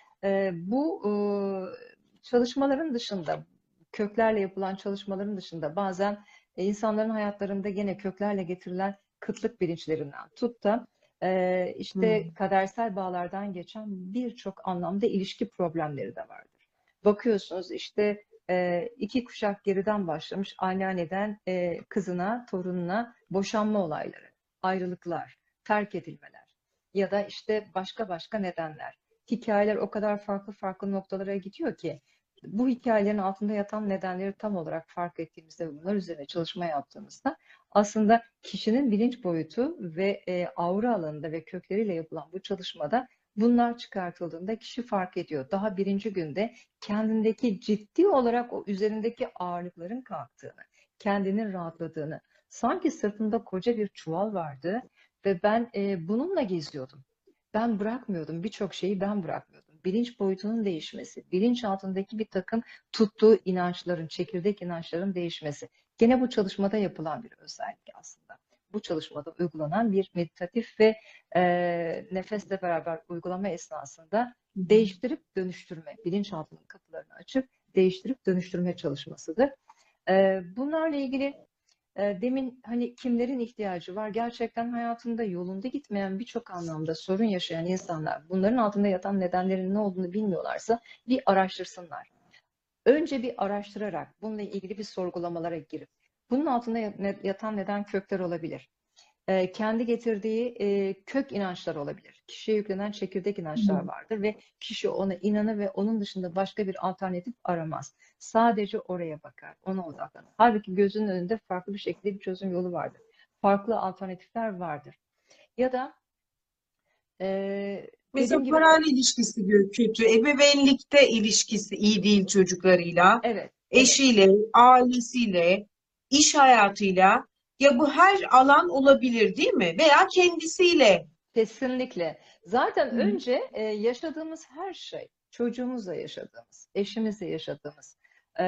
Speaker 2: bu çalışmaların dışında, köklerle yapılan çalışmaların dışında bazen insanların hayatlarında gene köklerle getirilen kıtlık bilinçlerinden tut da
Speaker 1: Hı.
Speaker 2: işte kadersel bağlardan geçen birçok anlamda ilişki problemleri de vardır. Bakıyorsunuz işte 2 kuşak geriden başlamış anneanneden kızına, torununa boşanma olayları, ayrılıklar, terk edilmeler ya da işte başka başka nedenler. Hikayeler o kadar farklı farklı noktalara gidiyor ki bu hikayelerin altında yatan nedenleri tam olarak fark ettiğimizde bunlar üzerine çalışma yaptığımızda aslında kişinin bilinç boyutu ve aura alanında ve kökleriyle yapılan bu çalışmada bunlar çıkartıldığında kişi fark ediyor. Daha birinci günde kendindeki ciddi olarak o üzerindeki ağırlıkların kalktığını, kendinin rahatladığını, sanki sırtında koca bir çuval vardı ve ben bununla geziyordum. Ben bırakmıyordum. Birçok şeyi ben bırakmıyordum. Bilinç boyutunun değişmesi, bilinç altındaki bir takım tuttuğu inançların, çekirdek inançların değişmesi. Gene bu çalışmada yapılan bir özellik aslında. Bu çalışmada uygulanan bir meditatif ve nefesle beraber uygulama esnasında
Speaker 1: Hı hı.
Speaker 2: değiştirip dönüştürme, bilinçaltının kapılarını açıp değiştirip dönüştürme çalışmasıdır. Bunlarla ilgili demin hani kimlerin ihtiyacı var? Gerçekten hayatında yolunda gitmeyen birçok anlamda sorun yaşayan insanlar bunların altında yatan nedenlerin ne olduğunu bilmiyorlarsa bir araştırsınlar. Önce bir araştırarak bununla ilgili bir sorgulamalara girip bunun altında yatan neden kökler olabilir. kendi getirdiği kök inançlar olabilir. Kişiye yüklenen çekirdek inançlar vardır ve kişi ona inanır ve onun dışında başka bir alternatif aramaz. Sadece oraya bakar, ona odaklanır. Halbuki gözünün önünde farklı bir şekilde bir çözüm yolu vardır. Farklı alternatifler vardır. Ya da
Speaker 1: Mesela
Speaker 2: dediğim gibi
Speaker 1: parayla ilişkisi kötü, ebeveynlikte ilişkisi iyi değil çocuklarıyla,
Speaker 2: evet, evet.
Speaker 1: eşiyle, ailesiyle, iş hayatıyla, ya bu her alan olabilir değil mi? Veya kendisiyle.
Speaker 2: Kesinlikle. Zaten
Speaker 1: Hı hı.
Speaker 2: önce yaşadığımız her şey, çocuğumuzla yaşadığımız, eşimizle yaşadığımız,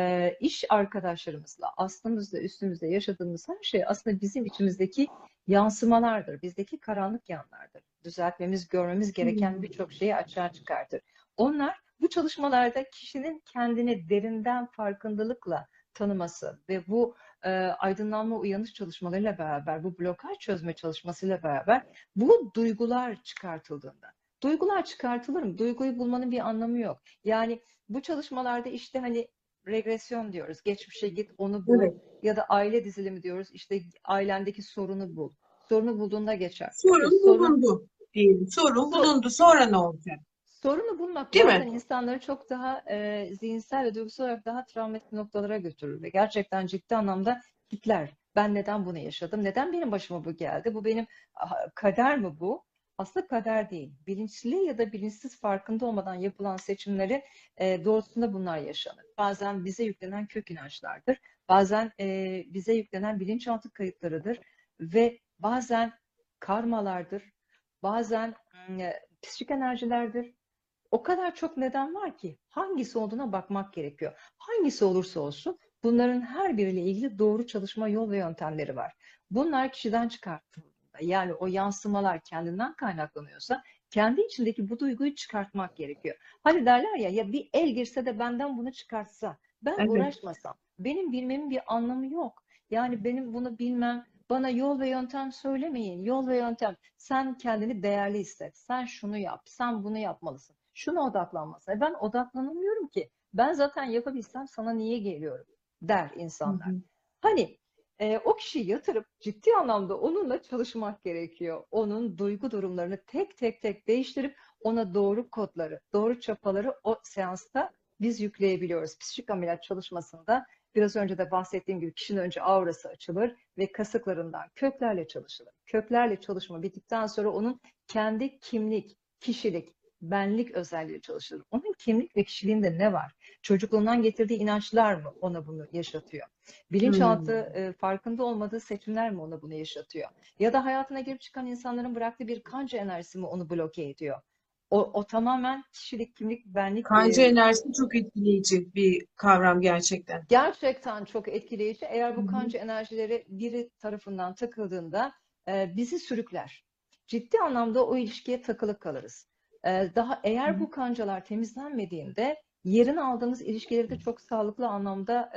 Speaker 2: iş arkadaşlarımızla, aslımızda, üstümüzde yaşadığımız her şey aslında bizim içimizdeki yansımalardır, bizdeki karanlık yanlardır. Düzeltmemiz, görmemiz gereken birçok şeyi açığa çıkartır. Onlar bu çalışmalarda kişinin kendini derinden farkındalıkla tanıması ve bu aydınlanma uyanış çalışmalarıyla beraber, bu blokaj çözme çalışmasıyla beraber bu duygular çıkartıldığında. Duygular çıkartılır mı? Duyguyu bulmanın bir anlamı yok. Yani bu çalışmalarda işte hani regresyon diyoruz. Geçmişe git, onu bul.
Speaker 1: Evet.
Speaker 2: Ya da aile dizilimi diyoruz. İşte ailendeki sorunu bul. Sorunu bulduğunda geçer. Hayır,
Speaker 1: Sorun bulundu diyelim. Sorun
Speaker 2: so-
Speaker 1: bulundu. Sonra ne olacak?
Speaker 2: sorunu bulmak
Speaker 1: Değil
Speaker 2: bazen
Speaker 1: mi?
Speaker 2: insanları çok daha zihinsel ve duygusal olarak daha travmatik noktalara götürür ve gerçekten ciddi anlamda kitler. Ben neden bunu yaşadım? Neden benim başıma bu geldi? Bu benim kader mi bu? Aslında kader değil. Bilinçli ya da bilinçsiz farkında olmadan yapılan seçimleri doğrultusunda bunlar yaşanır. Bazen bize yüklenen kök inançlardır. Bazen bize yüklenen bilinçaltı kayıtlarıdır ve bazen karmalardır. Bazen psikik enerjilerdir. O kadar çok neden var ki hangisi olduğuna bakmak gerekiyor. Hangisi olursa olsun bunların her biriyle ilgili doğru çalışma yol ve yöntemleri var. Bunlar kişiden çıkartıldığında yani o yansımalar kendinden kaynaklanıyorsa kendi içindeki bu duyguyu çıkartmak gerekiyor. Hani derler ya ya bir el girse de benden bunu çıkartsa ben
Speaker 1: Evet.
Speaker 2: uğraşmasam benim bilmemin bir anlamı yok. Yani benim bunu bilmem bana yol ve yöntem söylemeyin. Yol ve yöntem. Sen kendini değerli hisset. Sen şunu yap. Sen bunu yapmalısın. Şuna odaklanmasın. Ben odaklanamıyorum ki. Ben zaten yapabilsem sana niye geliyorum der
Speaker 1: Hı
Speaker 2: insanlar.
Speaker 1: hı.
Speaker 2: Hani o kişiyi yatırıp ciddi anlamda onunla çalışmak gerekiyor. Onun duygu durumlarını tek tek tek değiştirip ona doğru kodları, doğru çapaları o seansta biz yükleyebiliyoruz. Psikik ameliyat çalışmasında biraz önce de bahsettiğim gibi kişinin önce aurası açılır ve kasıklarından köklerle çalışılır. Köklerle çalışma bittikten sonra onun kendi kimlik, kişilik, benlik özelliği çalışılır. Onun kimlik ve kişiliğinde ne var? Çocukluğundan getirdiği inançlar mı ona bunu yaşatıyor? Bilinçaltı
Speaker 1: Hmm.
Speaker 2: farkında olmadığı seçimler mi ona bunu yaşatıyor? Ya da hayatına girip çıkan insanların bıraktığı bir kanca enerjisi mi onu bloke ediyor? O tamamen kişilik, kimlik, benlik
Speaker 1: Kanca enerjisi çok etkileyici bir kavram gerçekten.
Speaker 2: gerçekten çok etkileyici. Eğer
Speaker 1: Hı
Speaker 2: bu
Speaker 1: hı.
Speaker 2: kanca enerjileri biri tarafından takıldığında bizi sürükler. Ciddi anlamda o ilişkiye takılı kalırız. Daha
Speaker 1: Hı
Speaker 2: eğer bu kancalar temizlenmediğinde yerini aldığımız ilişkileri de çok sağlıklı anlamda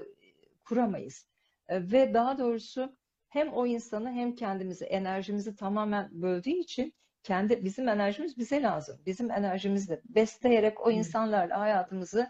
Speaker 2: kuramayız. Ve daha doğrusu hem o insanı hem kendimizi, enerjimizi tamamen böldüğü için bizim enerjimiz bize lazım. Bizim enerjimizle besleyerek o
Speaker 1: hı.
Speaker 2: insanlarla hayatımızı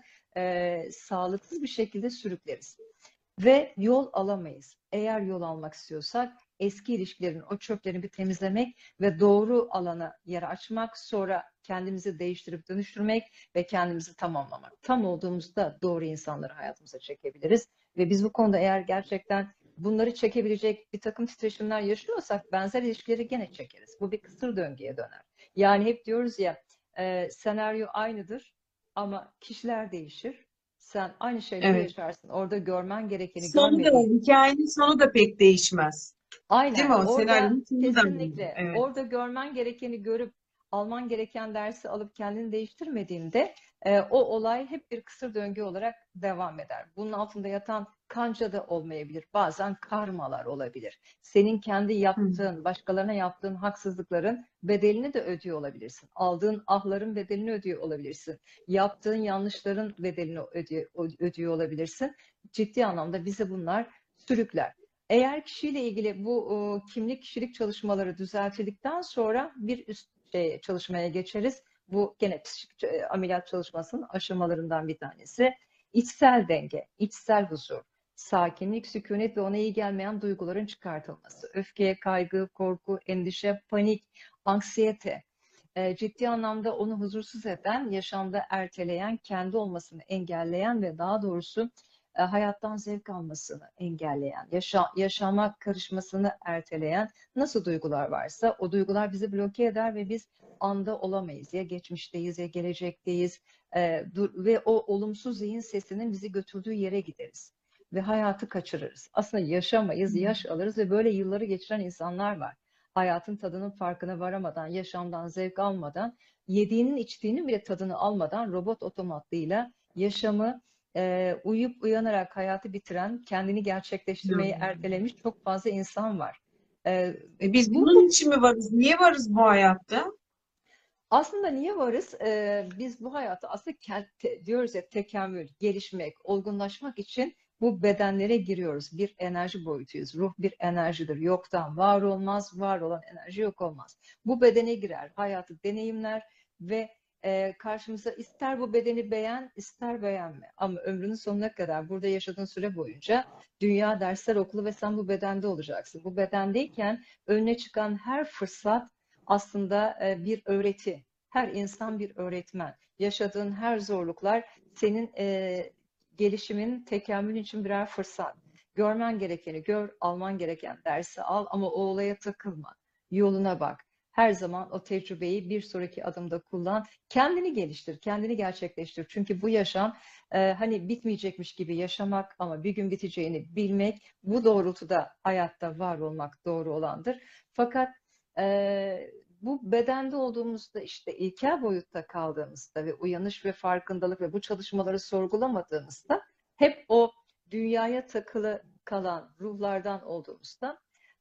Speaker 2: sağlıksız bir şekilde sürükleriz. Ve yol alamayız. Eğer yol almak istiyorsak eski ilişkilerin o çöplerini bir temizlemek ve doğru alana yer açmak, sonra kendimizi değiştirip dönüştürmek ve kendimizi tamamlamak. Tam olduğumuzda doğru insanları hayatımıza çekebiliriz. Ve biz bu konuda eğer gerçekten bunları çekebilecek bir takım titreşimler yaşıyorsak benzer ilişkileri gene çekeriz. Bu bir kısır döngüye döner. Yani hep diyoruz ya senaryo aynıdır ama kişiler değişir. Sen aynı şeyleri
Speaker 1: Evet.
Speaker 2: yaşarsın. Orada görmen gerekeni
Speaker 1: Sonu da,
Speaker 2: görmediğin.
Speaker 1: hikayenin sonu da pek değişmez. Değil
Speaker 2: Aynen.
Speaker 1: mi? O
Speaker 2: Orada
Speaker 1: senaryonun sonu da aynı.
Speaker 2: kesinlikle
Speaker 1: Evet.
Speaker 2: orada görmen gerekeni görüp alman gereken dersi alıp kendini değiştirmediğinde o olay hep bir kısır döngü olarak devam eder. Bunun altında yatan kanca da olmayabilir. Bazen karmalar olabilir. Senin kendi
Speaker 1: Hı.
Speaker 2: yaptığın, başkalarına yaptığın haksızlıkların bedelini de ödüyor olabilirsin. Aldığın ahların bedelini ödüyor olabilirsin. Yaptığın yanlışların bedelini ödüyor olabilirsin. Ciddi anlamda bize bunlar sürükler. Eğer kişiyle ilgili bu kimlik kişilik çalışmaları düzeltildikten sonra bir üst çalışmaya geçeriz. Bu gene psikik ameliyat çalışmasının aşamalarından bir tanesi. İçsel denge, içsel huzur. sakinlik, sükunet ve ona iyi gelmeyen duyguların çıkartılması, öfke, kaygı, korku, endişe, panik, anksiyete, ciddi anlamda onu huzursuz eden, yaşamda erteleyen, kendi olmasını engelleyen ve daha doğrusu hayattan zevk almasını engelleyen, yaşama karışmasını erteleyen nasıl duygular varsa o duygular bizi bloke eder ve biz anda olamayız. Ya geçmişteyiz ya gelecekteyiz. Ve o olumsuz zihin sesinin bizi götürdüğü yere gideriz ve hayatı kaçırırız. Aslında yaşamayız, yaş alırız ve böyle yılları geçiren insanlar var. Hayatın tadının farkına varamadan, yaşamdan zevk almadan, yediğinin içtiğinin bile tadını almadan robot otomatlığıyla yaşamı uyuyup uyanarak hayatı bitiren, kendini gerçekleştirmeyi
Speaker 1: Hmm.
Speaker 2: ertelemiş çok fazla insan var. E,
Speaker 1: Biz
Speaker 2: bu,
Speaker 1: bunun
Speaker 2: bu
Speaker 1: için mi varız? Niye varız bu hayatta?
Speaker 2: Aslında niye varız? Biz bu hayata aslında diyoruz ya tekemmül, gelişmek, olgunlaşmak için bu bedenlere giriyoruz. Bir enerji boyutuyuz. Ruh bir enerjidir. Yoktan var olmaz, var olan enerji yok olmaz. Bu bedene girer, hayatı deneyimler ve karşımıza ister bu bedeni beğen, ister beğenme. Ama ömrünün sonuna kadar burada yaşadığın süre boyunca dünya dersler okulu ve sen bu bedende olacaksın. Bu bedendeyken önüne çıkan her fırsat aslında bir öğreti. Her insan bir öğretmen. Yaşadığın her zorluklar senin gelişimin, tekamülün için birer fırsat. Görmen gerekeni gör, alman gereken dersi al ama o olaya takılma. Yoluna bak. Her zaman o tecrübeyi bir sonraki adımda kullan. Kendini geliştir, kendini gerçekleştir. Çünkü bu yaşam hani bitmeyecekmiş gibi yaşamak ama bir gün biteceğini bilmek, bu doğrultuda hayatta var olmak doğru olandır. Fakat bu bedende olduğumuzda işte ilkel boyutta kaldığımızda ve uyanış ve farkındalık ve bu çalışmaları sorgulamadığımızda hep o dünyaya takılı kalan ruhlardan olduğumuzda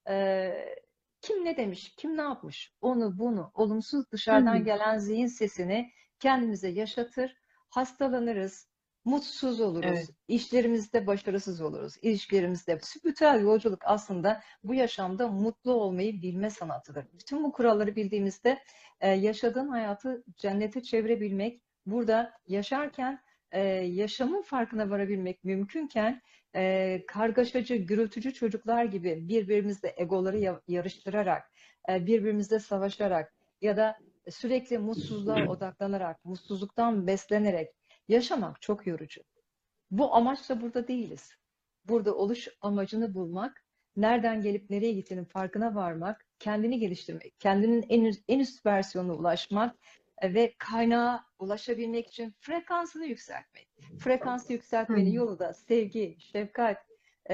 Speaker 2: kim ne demiş, kim ne yapmış, onu bunu olumsuz dışarıdan
Speaker 1: Hmm.
Speaker 2: gelen zihin sesini kendimize yaşatır, hastalanırız, mutsuz oluruz,
Speaker 1: Evet.
Speaker 2: işlerimizde başarısız oluruz, ilişkilerimizde. Spiritüel yolculuk aslında bu yaşamda mutlu olmayı bilme sanatıdır. Bütün bu kuralları bildiğimizde yaşadığın hayatı cennete çevirebilmek, burada yaşarken yaşamın farkına varabilmek mümkünken kargaşacı, gürültücü çocuklar gibi birbirimizle egoları yarıştırarak, birbirimizle savaşarak ya da sürekli mutsuzluğa odaklanarak, mutsuzluktan beslenerek yaşamak çok yorucu. Bu amaçla burada değiliz. Burada oluş amacını bulmak, nereden gelip nereye gittiğinin farkına varmak, kendini geliştirmek, kendinin en üst versiyonuna ulaşmak ve kaynağa ulaşabilmek için frekansını yükseltmek. Frekansı yükseltmenin
Speaker 1: Hmm.
Speaker 2: yolu da sevgi, şefkat,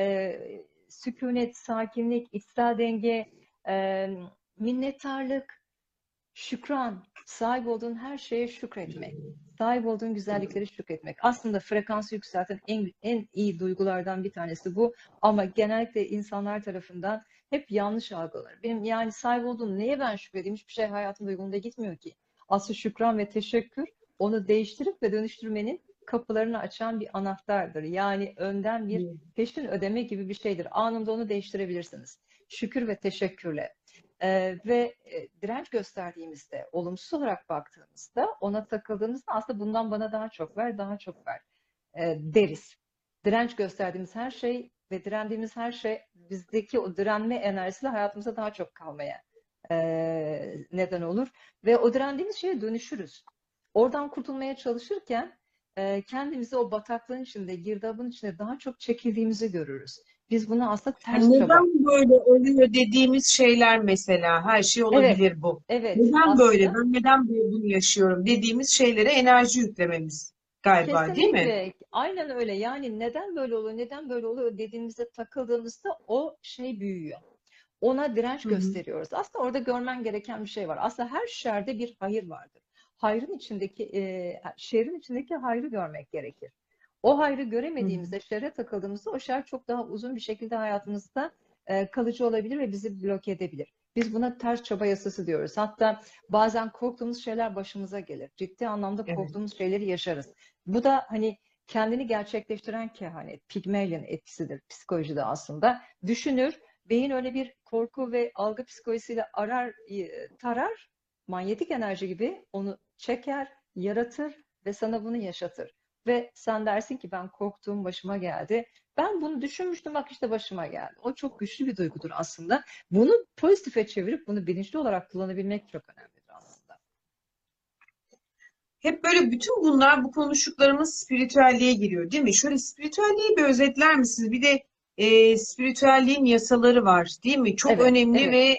Speaker 2: sükunet, sakinlik, içsel denge, e, minnettarlık, şükran, sahip olduğun her şeye şükretmek, sahip olduğun güzellikleri şükretmek. Aslında frekansı yükselten en iyi duygulardan bir tanesi bu. Ama genellikle insanlar tarafından hep yanlış algılanır. Benim yani sahip olduğum neye ben şükredeyim? Hiçbir şey hayatımda yolunda gitmiyor ki. Aslında şükran ve teşekkür onu değiştirip ve dönüştürmenin kapılarını açan bir anahtardır. Yani önden bir peşin ödeme gibi bir şeydir. Anında onu değiştirebilirsiniz. Şükür ve teşekkürle. Ve direnç gösterdiğimizde, olumsuz olarak baktığımızda, ona takıldığımızda aslında bundan bana daha çok ver, daha çok ver deriz. Direnç gösterdiğimiz her şey ve direndiğimiz her şey bizdeki o direnme enerjisiyle hayatımıza daha çok kalmaya neden olur. Ve o direndiğimiz şeye dönüşürüz. Oradan kurtulmaya çalışırken kendimizi o bataklığın içinde, girdabın içinde daha çok çekildiğimizi görürüz. Biz bunu aslında
Speaker 1: Yani
Speaker 2: ters çaba.
Speaker 1: neden böyle oluyor dediğimiz şeyler mesela her şey
Speaker 2: Evet,
Speaker 1: olabilir bu.
Speaker 2: evet
Speaker 1: Neden böyle?
Speaker 2: aslında
Speaker 1: Ben neden böyle bunu yaşıyorum dediğimiz şeylere enerji yüklememiz galiba, değil mi?
Speaker 2: kesinlikle aynen öyle. Yani neden böyle oluyor, neden böyle oluyor dediğimizde takıldığımızda o şey büyüyor. Ona direnç
Speaker 1: Hı hı.
Speaker 2: gösteriyoruz. Aslında orada görmen gereken bir şey var. Aslında her şerde bir hayır vardır. Hayrın içindeki, şerrin içindeki hayrı görmek gerekir. O hayrı
Speaker 1: Hı hı.
Speaker 2: göremediğimizde, şerre takıldığımızda o şer çok daha uzun bir şekilde hayatımızda kalıcı olabilir ve bizi bloke edebilir. Biz buna ters çaba yasası diyoruz. Hatta bazen korktuğumuz şeyler başımıza gelir. Ciddi anlamda
Speaker 1: Evet.
Speaker 2: korktuğumuz şeyleri yaşarız. Bu da hani kendini gerçekleştiren kehanet, Pygmalion etkisidir psikolojide aslında. Düşünür, beyin öyle bir korku ve algı psikolojisiyle arar, tarar, manyetik enerji gibi onu çeker, yaratır ve sana bunu yaşatır. Ve sen dersin ki ben korktuğum başıma geldi. Ben bunu düşünmüştüm, bak işte başıma geldi. O çok güçlü bir duygudur aslında. Bunu pozitife çevirip bunu bilinçli olarak kullanabilmek çok önemlidir aslında.
Speaker 1: Hep böyle bütün bunlar, bu konuştuklarımız spiritüelliğe giriyor, değil mi? Şöyle spiritüelliği bir özetler misiniz? Bir de spiritüelliğin yasaları var, değil mi? Çok
Speaker 2: Evet,
Speaker 1: önemli ve
Speaker 2: evet.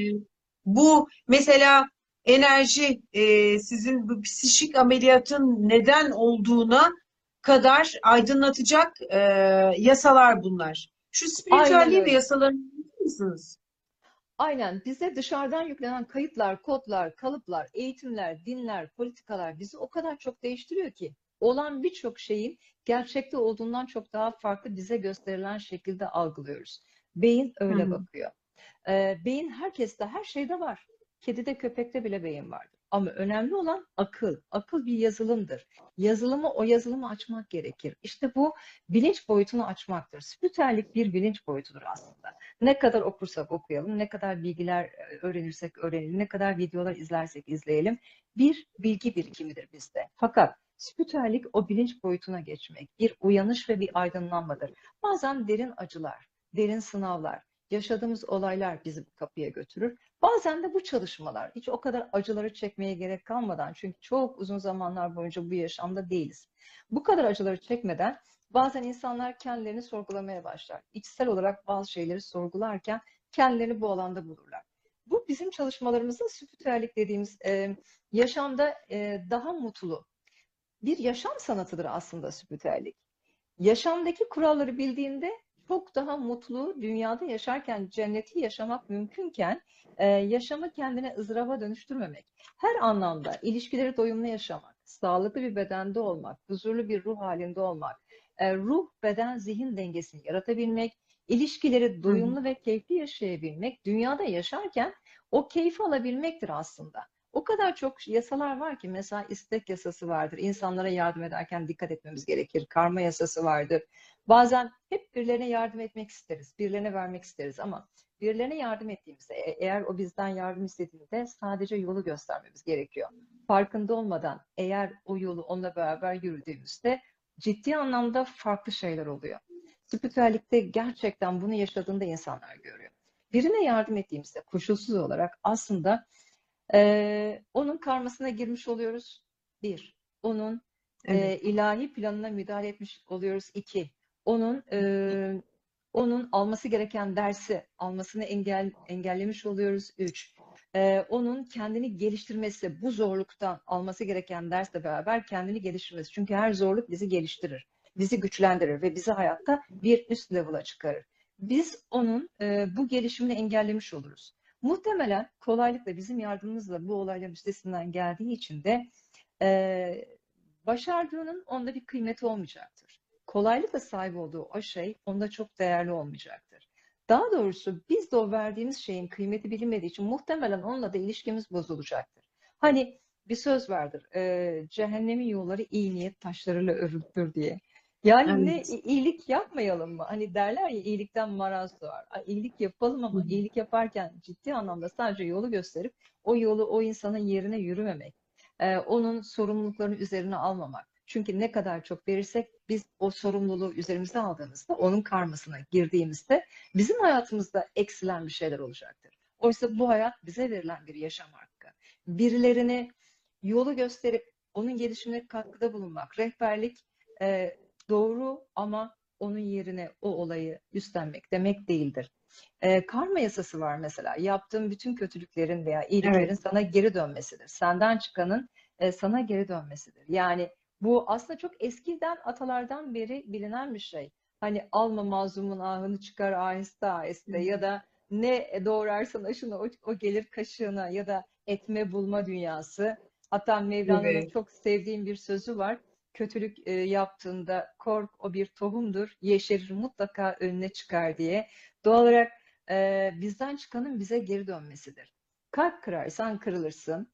Speaker 1: bu mesela enerji, sizin bu psikik ameliyatın neden olduğuna kadar aydınlatacak yasalar bunlar. Şu
Speaker 2: Aynen
Speaker 1: spiritüelliğin ve
Speaker 2: öyle.
Speaker 1: yasalarını bilir misiniz?
Speaker 2: Aynen, bize dışarıdan yüklenen kayıtlar, kodlar, kalıplar, eğitimler, dinler, politikalar bizi o kadar çok değiştiriyor ki olan birçok şeyin gerçekte olduğundan çok daha farklı bize gösterilen şekilde algılıyoruz. Beyin
Speaker 1: Hı
Speaker 2: öyle
Speaker 1: hı.
Speaker 2: bakıyor. Beyin herkeste, her şeyde var. Kedide, köpekte bile beyin vardır. Ama önemli olan akıl. Akıl bir yazılımdır. O yazılımı açmak gerekir. İşte bu bilinç boyutunu açmaktır. Spiritüellik bir bilinç boyutudur aslında. Ne kadar okursak okuyalım, ne kadar bilgiler öğrenirsek öğrenelim, ne kadar videolar izlersek izleyelim, bir bilgi birikimidir bizde. Fakat spiritüellik o bilinç boyutuna geçmek, bir uyanış ve bir aydınlanmadır. Bazen derin acılar, derin sınavlar, yaşadığımız olaylar bizi bu kapıya götürür. Bazen de bu çalışmalar, hiç o kadar acıları çekmeye gerek kalmadan, çünkü çok uzun zamanlar boyunca bu yaşamda değiliz. Bu kadar acıları çekmeden bazen insanlar kendilerini sorgulamaya başlar. İçsel olarak bazı şeyleri sorgularken kendilerini bu alanda bulurlar. Bu bizim çalışmalarımızda spiritüellik dediğimiz yaşamda daha mutlu bir yaşam sanatıdır aslında spiritüellik. Yaşamdaki kuralları bildiğinde çok daha mutlu, dünyada yaşarken cenneti yaşamak mümkünken yaşamı kendine ızdıraba dönüştürmemek. Her anlamda ilişkileri doyumlu yaşamak, sağlıklı bir bedende olmak, huzurlu bir ruh halinde olmak, ruh, beden, zihin dengesini yaratabilmek, ilişkileri
Speaker 1: Hı hı.
Speaker 2: doyumlu ve keyifli yaşayabilmek, dünyada yaşarken o keyfi alabilmektir aslında. O kadar çok yasalar var ki, mesela istek yasası vardır. İnsanlara yardım ederken dikkat etmemiz gerekir. Karma yasası vardır. Bazen hep birilerine yardım etmek isteriz, birilerine vermek isteriz ama birilerine yardım ettiğimizde, eğer o bizden yardım istediğinde sadece yolu göstermemiz gerekiyor. Farkında olmadan eğer o yolu onunla beraber yürüdüğümüzde ciddi anlamda farklı şeyler oluyor. Spiritüellikte gerçekten bunu yaşadığında insanlar görüyor. Birine yardım ettiğimizde koşulsuz olarak aslında onun karmasına girmiş oluyoruz. Bir, onun
Speaker 1: Evet.
Speaker 2: ilahi planına müdahale etmiş oluyoruz. İki, onun onun alması gereken dersi almasını engellemiş oluyoruz. Üç, onun kendini geliştirmesi, bu zorluktan alması gereken dersle beraber kendini geliştirmesi. Çünkü her zorluk bizi geliştirir, bizi güçlendirir ve bizi hayatta bir üst level'a çıkarır. Biz onun bu gelişimini engellemiş oluruz. Muhtemelen kolaylıkla bizim yardımımızla bu olayların üstesinden geldiği için de e, başardığının onda bir kıymeti olmayacaktır. Kolaylıkla sahip olduğu o şey onda çok değerli olmayacaktır. Daha doğrusu biz de o verdiğimiz şeyin kıymeti bilinmediği için muhtemelen onunla da ilişkimiz bozulacaktır. Hani bir söz vardır, cehennemin yolları iyi niyet taşlarıyla örülür diye. Yani ne
Speaker 1: Evet.
Speaker 2: iyilik yapmayalım mı? Hani derler ya, iyilikten maraz doğar. İyilik yapalım
Speaker 1: Hı
Speaker 2: ama
Speaker 1: hı.
Speaker 2: iyilik yaparken ciddi anlamda sadece yolu gösterip o yolu o insanın yerine yürümemek. Onun sorumluluklarını üzerine almamak. Çünkü ne kadar çok verirsek biz o sorumluluğu üzerimize aldığımızda, onun karmasına girdiğimizde bizim hayatımızda eksilen bir şeyler olacaktır. Oysa bu hayat bize verilen bir yaşam hakkı. Birilerine yolu gösterip onun gelişimine katkıda bulunmak, rehberlik e, doğru ama onun yerine o olayı üstlenmek demek değildir. Karma yasası var mesela. Yaptığın bütün kötülüklerin veya iyiliklerin
Speaker 1: Evet.
Speaker 2: sana geri dönmesidir. Senden çıkanın sana geri dönmesidir. Yani bu aslında çok eskiden, atalardan beri bilinen bir şey. Hani alma mazlumun ahını, çıkar aheste
Speaker 1: Hı
Speaker 2: aheste, ya
Speaker 1: hı.
Speaker 2: da ne doğrarsan aşına o gelir kaşığına, ya da etme bulma dünyası. Hatta Mevlana'nın
Speaker 1: Evet.
Speaker 2: çok sevdiğim bir sözü var. Kötülük yaptığında kork, o bir tohumdur, yeşerir mutlaka önüne çıkar diye. Doğal olarak bizden çıkanın bize geri dönmesidir. Kalp kırarsan kırılırsın,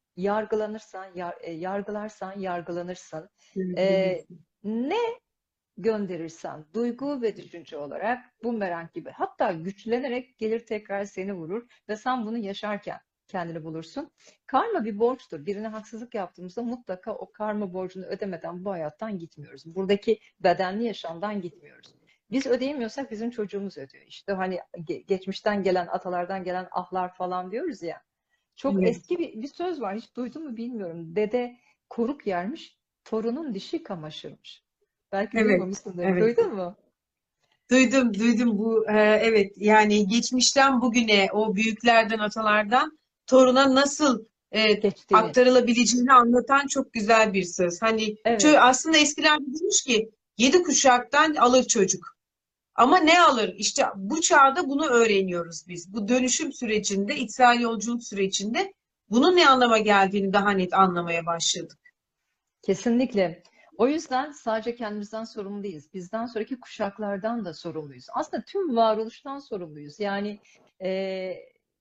Speaker 2: yargılarsan yargılanırsın. E,
Speaker 1: Yürüyebilirsin.
Speaker 2: Ne gönderirsen duygu ve düşünce olarak bumerang gibi, hatta güçlenerek gelir tekrar seni vurur ve sen bunu yaşarken kendini bulursun. Karma bir borçtur. Birine haksızlık yaptığımızda mutlaka o karma borcunu ödemeden bu hayattan gitmiyoruz. Buradaki bedenli yaşamdan gitmiyoruz. Biz ödeyemiyorsak bizim çocuğumuz ödüyor. İşte hani geçmişten gelen, atalardan gelen ahlar falan diyoruz ya. Çok
Speaker 1: Evet,
Speaker 2: eski bir söz var. Hiç duydun mu bilmiyorum. Dede koruk yermiş, torunun dişi kamaşırmış. Belki
Speaker 1: evet,
Speaker 2: duymamışsındır.
Speaker 1: evet.
Speaker 2: Duydun mu?
Speaker 1: Duydum, duydum bu. Evet, yani geçmişten bugüne o büyüklerden, atalardan toruna nasıl
Speaker 2: Geçtiğini.
Speaker 1: aktarılabileceğini anlatan çok güzel bir söz. Hani
Speaker 2: Evet.
Speaker 1: aslında eskilerde demiş ki 7 kuşaktan alır çocuk. Ama ne alır? İşte bu çağda bunu öğreniyoruz biz. Bu dönüşüm sürecinde, içsel yolculuk sürecinde bunun ne anlama geldiğini daha net anlamaya başladık.
Speaker 2: Kesinlikle. O yüzden sadece kendimizden sorumlu değiliz. Bizden sonraki kuşaklardan da sorumluyuz. Aslında tüm varoluştan sorumluyuz. Yani e,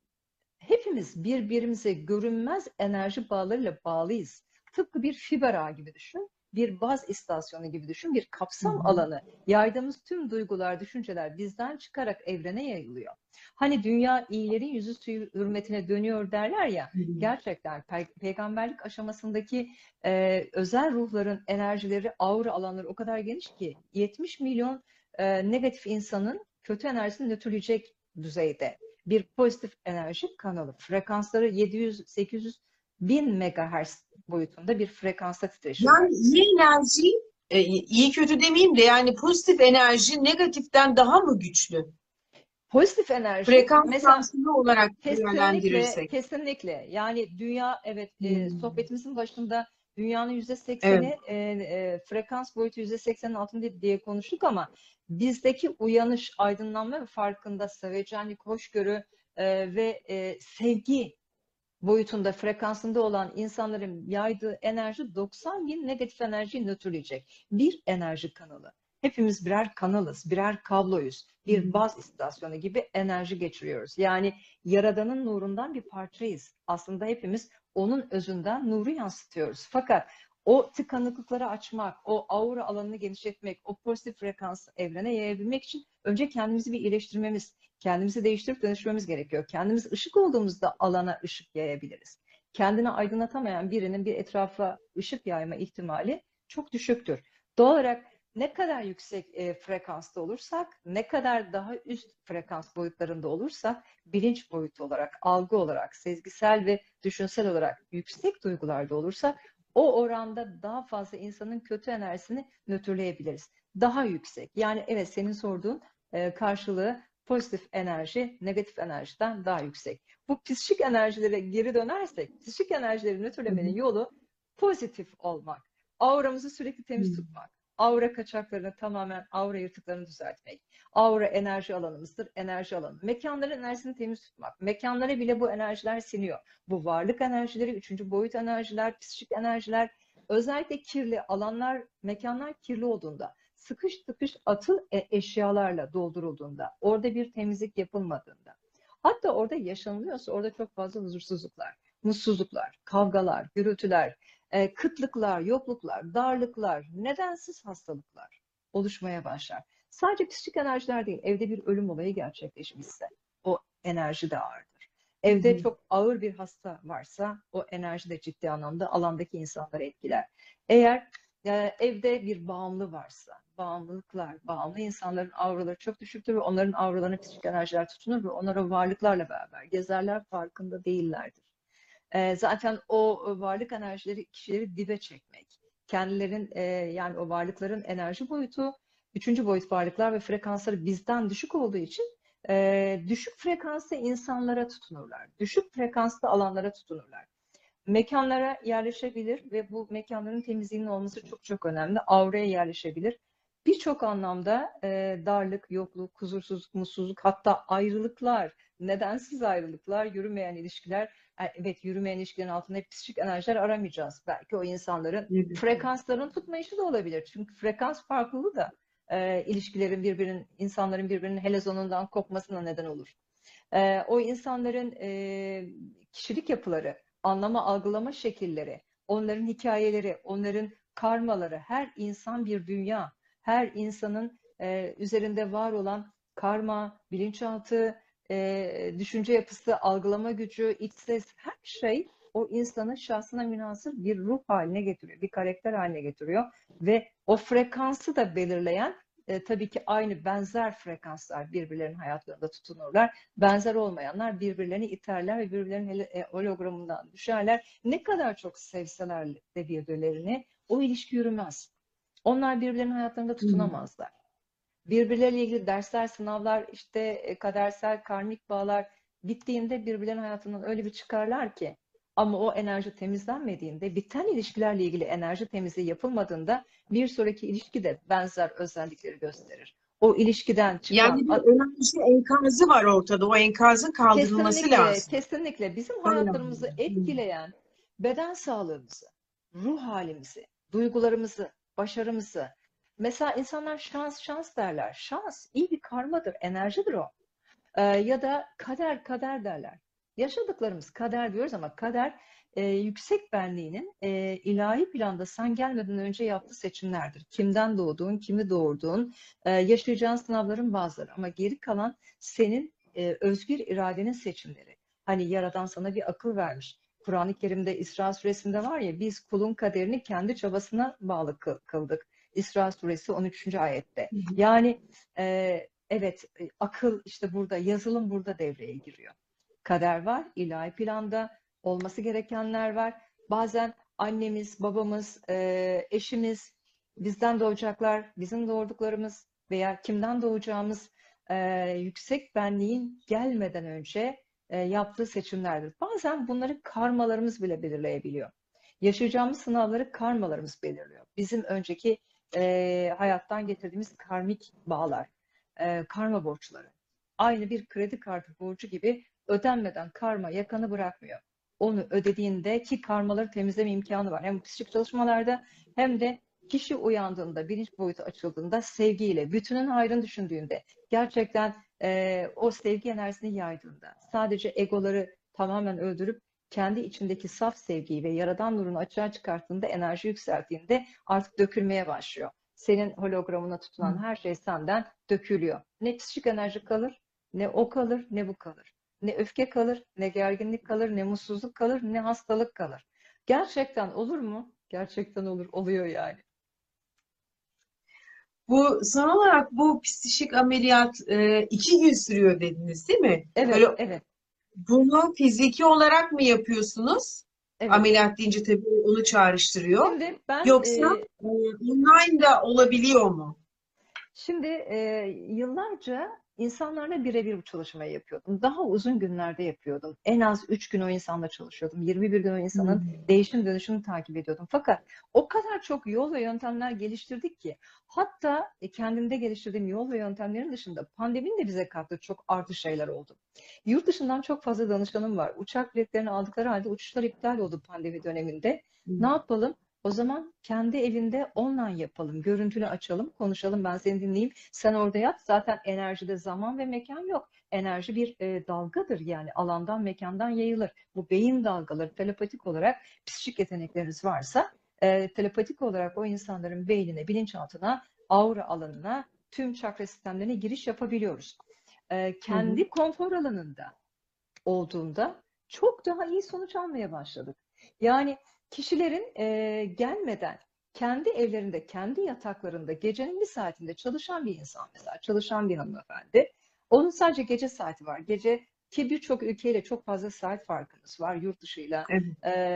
Speaker 2: hepimiz birbirimize görünmez enerji bağlarıyla bağlıyız. Tıpkı bir fiber ağı gibi düşün, bir baz istasyonu gibi düşün, bir
Speaker 1: Hı
Speaker 2: kapsam
Speaker 1: hı.
Speaker 2: alanı. Yaydığımız tüm duygular, düşünceler bizden çıkarak evrene yayılıyor. Hani dünya iyilerin yüzü suyu hürmetine dönüyor derler ya,
Speaker 1: Hı hı.
Speaker 2: gerçekten peygamberlik aşamasındaki özel ruhların enerjileri, aura alanları o kadar geniş ki 70 milyon negatif insanın kötü enerjisini nötrleyecek düzeyde bir pozitif enerji kanalı. Frekansları 700-800 bin megahertz boyutunda bir frekansta titreşimler.
Speaker 1: Yani iyi enerji, iyi kötü demeyeyim de yani pozitif enerji negatiften daha mı güçlü?
Speaker 2: Pozitif enerji
Speaker 1: Frekans
Speaker 2: mesela
Speaker 1: sansürü olarak
Speaker 2: kesinlikle,
Speaker 1: değerlendirirsek.
Speaker 2: kesinlikle. Yani dünya, evet,
Speaker 1: Hmm.
Speaker 2: sohbetimizin başında dünyanın
Speaker 1: Evet.
Speaker 2: %80'i frekans boyutu %80'in altında diye konuştuk ama bizdeki uyanış, aydınlanma ve farkında sevecenlik, hoşgörü ve sevgi boyutunda, frekansında olan insanların yaydığı enerji 90 bin negatif enerjiyi nötrleyecek. Bir enerji kanalı. Hepimiz birer kanalız, birer kabloyuz. Bir baz istasyonu gibi enerji geçiriyoruz. Yani Yaradan'ın nurundan bir parçayız. Aslında hepimiz onun özünden nuru yansıtıyoruz. Fakat o tıkanıklıkları açmak, o aura alanını genişletmek, o pozitif frekansı evrene yayabilmek için önce kendimizi bir iyileştirmemiz, kendimizi değiştirip dönüşmemiz gerekiyor. Kendimiz ışık olduğumuzda alana ışık yayabiliriz. Kendini aydınlatamayan birinin bir etrafa ışık yayma ihtimali çok düşüktür. Doğal olarak ne kadar yüksek frekansta olursak, ne kadar daha üst frekans boyutlarında olursak, bilinç boyutu olarak, algı olarak, sezgisel ve düşünsel olarak yüksek duygularda olursak, o oranda daha fazla insanın kötü enerjisini nötrleyebiliriz. Daha yüksek. Yani evet, senin sorduğun karşılığı pozitif enerji negatif enerjiden daha yüksek. Bu psikik enerjilere geri dönersek, psikik enerjileri
Speaker 1: Hı
Speaker 2: nötrlemenin
Speaker 1: hı.
Speaker 2: yolu pozitif olmak. Auramızı sürekli
Speaker 1: Hı
Speaker 2: temiz tutmak. Aura kaçaklarını tamamen, aura yırtıklarını düzeltmek. Aura enerji alanımızdır, enerji alanı. Mekanların enerjisini temiz tutmak. Mekanlara bile bu enerjiler siniyor. Bu varlık enerjileri, üçüncü boyut enerjiler, psikik enerjiler, özellikle kirli alanlar, mekanlar kirli olduğunda, sıkış tıkış atıl eşyalarla doldurulduğunda, orada bir temizlik yapılmadığında, hatta orada yaşanılıyorsa orada çok fazla huzursuzluklar, mutsuzluklar, kavgalar, gürültüler, kıtlıklar, yokluklar, darlıklar, nedensiz hastalıklar oluşmaya başlar. Sadece psikik enerjiler değil, evde bir ölüm olayı gerçekleşmişse o enerji de ağırdır. Evde
Speaker 1: hı.
Speaker 2: çok ağır bir hasta varsa o enerji de ciddi anlamda alandaki insanları etkiler. Eğer evde bir bağımlı varsa, bağımlılıklar, bağımlı insanların auraları çok düşüktür ve onların auralarına psikik enerjiler tutunur ve onlar o varlıklarla beraber gezerler, farkında değillerdir. Zaten o varlık enerjileri kişileri dibe çekmek. Kendilerin yani o varlıkların enerji boyutu, üçüncü boyut varlıklar ve frekansları bizden düşük olduğu için düşük frekanslı insanlara tutunurlar. Düşük frekanslı alanlara tutunurlar. Mekanlara yerleşebilir ve bu mekanların temizliğinin olması çok çok önemli. Auraya yerleşebilir. Birçok anlamda darlık, yokluk, huzursuzluk, mutsuzluk, hatta ayrılıklar, nedensiz ayrılıklar, yürümeyen ilişkiler. Evet, yürümeyen ilişkilerin altında hep psikik enerjiler aramayacağız. Belki o insanların
Speaker 1: Evet.
Speaker 2: frekansların tutmayışı da olabilir. Çünkü frekans farklılığı da ilişkilerin birbirinin, insanların birbirinin helezonundan kopmasına neden olur. O insanların kişilik yapıları, anlama, algılama şekilleri, onların hikayeleri, onların karmaları, her insan bir dünya, her insanın üzerinde var olan karma, bilinçaltı, düşünce yapısı, algılama gücü, iç ses, her şey o insanın şahsına münhasır bir ruh haline getiriyor, bir karakter haline getiriyor ve o frekansı da belirleyen tabii ki aynı benzer frekanslar birbirlerinin hayatlarında tutunurlar. Benzer olmayanlar birbirlerini iterler ve birbirlerinin hologramından düşerler. Ne kadar çok sevseler de birbirlerini o ilişki yürümez. Onlar birbirlerinin hayatlarında
Speaker 1: Hmm.
Speaker 2: tutunamazlar. Birbirleriyle ilgili dersler, sınavlar, işte kadersel, karmik bağlar bittiğinde birbirlerinin hayatından öyle bir çıkarlar ki, ama o enerji temizlenmediğinde, biten ilişkilerle ilgili enerji temizliği yapılmadığında bir sonraki ilişki de benzer özellikleri gösterir. O ilişkiden çıkan
Speaker 1: Yani bir enerji enkazı var ortada. O enkazın kaldırılması
Speaker 2: kesinlikle,
Speaker 1: lazım.
Speaker 2: kesinlikle bizim
Speaker 1: Bayağı.
Speaker 2: hayatlarımızı
Speaker 1: Hmm.
Speaker 2: etkileyen beden sağlığımızı, ruh halimizi, duygularımızı, başarımızı. Mesela insanlar şans şans derler. Şans iyi bir karmadır, enerjidir o. Ya da kader kader derler. Yaşadıklarımız kader diyoruz ama kader yüksek benliğinin ilahi planda sen gelmeden önce yaptığı seçimlerdir. Kimden doğduğun, kimi doğurduğun, yaşayacağın sınavların bazıları, ama geri kalan senin özgür iradenin seçimleri. Hani Yaradan sana bir akıl vermiş. Kur'an-ı Kerim'de İsra suresinde var ya, biz kulun kaderini kendi çabasına bağlı kıldık. İsra suresi 13. ayette. Yani evet, akıl işte burada, yazılım burada devreye giriyor. Kader var, ilahi planda olması gerekenler var. Bazen annemiz, babamız, eşimiz, bizden doğacaklar, bizim doğurduklarımız veya kimden doğacağımız yüksek benliğin gelmeden önce yaptığı seçimlerdir. Bazen bunları karmalarımız bile belirleyebiliyor. Yaşayacağımız sınavları karmalarımız belirliyor. Bizim önceki hayattan getirdiğimiz karmik bağlar, karma borçları. Aynı bir kredi kartı borcu gibi ödenmeden karma yakanı bırakmıyor. Onu ödediğinde ki karmaları temizleme imkanı var. Hem psikolojik çalışmalarda hem de kişi uyandığında, bilinç boyutu açıldığında, sevgiyle, bütünün hayrını düşündüğünde, gerçekten o sevgi enerjisini yaydığında, sadece egoları tamamen öldürüp kendi içindeki saf sevgiyi ve yaradan nurunu açığa çıkarttığında, enerji yükselttiğinde artık dökülmeye başlıyor. Senin hologramına tutunan her şey senden dökülüyor. Ne psikik enerji kalır, ne o kalır, ne bu kalır. Ne öfke kalır, ne gerginlik kalır, ne mutsuzluk kalır, ne hastalık kalır. Gerçekten olur mu? Gerçekten olur, oluyor yani.
Speaker 1: Bu son olarak bu psişik ameliyat 2 gün sürüyor dediniz, değil mi?
Speaker 2: Evet,
Speaker 1: Böyle
Speaker 2: evet,
Speaker 1: bunu fiziki olarak mı yapıyorsunuz?
Speaker 2: evet.
Speaker 1: Ameliyat deyince tabii onu çağrıştırıyor.
Speaker 2: Şimdi ben
Speaker 1: Yoksa online de olabiliyor mu?
Speaker 2: Şimdi yıllarca insanlarla birebir bu çalışmayı yapıyordum. Daha uzun günlerde yapıyordum. En az 3 gün o insanla çalışıyordum. 21 gün o insanın
Speaker 1: Hmm.
Speaker 2: değişim dönüşümünü takip ediyordum. Fakat o kadar çok yol ve yöntemler geliştirdik ki, hatta kendimde geliştirdiğim yol ve yöntemlerin dışında pandeminin de bize kattığı çok artı şeyler oldu. Yurt dışından çok fazla danışanım var. Uçak biletlerini aldıkları halde uçuşlar iptal oldu pandemi döneminde. Ne
Speaker 1: Hmm.
Speaker 2: yapalım? O zaman kendi evinde online yapalım, görüntülü açalım, konuşalım, ben seni dinleyeyim, sen orada yap. Zaten enerjide zaman ve mekan yok. Enerji bir dalgadır, yani alandan mekandan yayılır. Bu beyin dalgaları, telepatik olarak psikik yetenekleriniz varsa telepatik olarak o insanların beynine, bilinçaltına, aura alanına, tüm çakra sistemlerine giriş yapabiliyoruz.
Speaker 1: Hı hı.
Speaker 2: Kendi konfor alanında olduğunda çok daha iyi sonuç almaya başladık. Yani kişilerin gelmeden kendi evlerinde, kendi yataklarında gecenin bir saatinde çalışan bir insan, mesela çalışan bir hanımefendi. Onun sadece gece saati var. Gece ki birçok ülkeyle çok fazla saat farkımız var yurt dışıyla.
Speaker 1: Evet.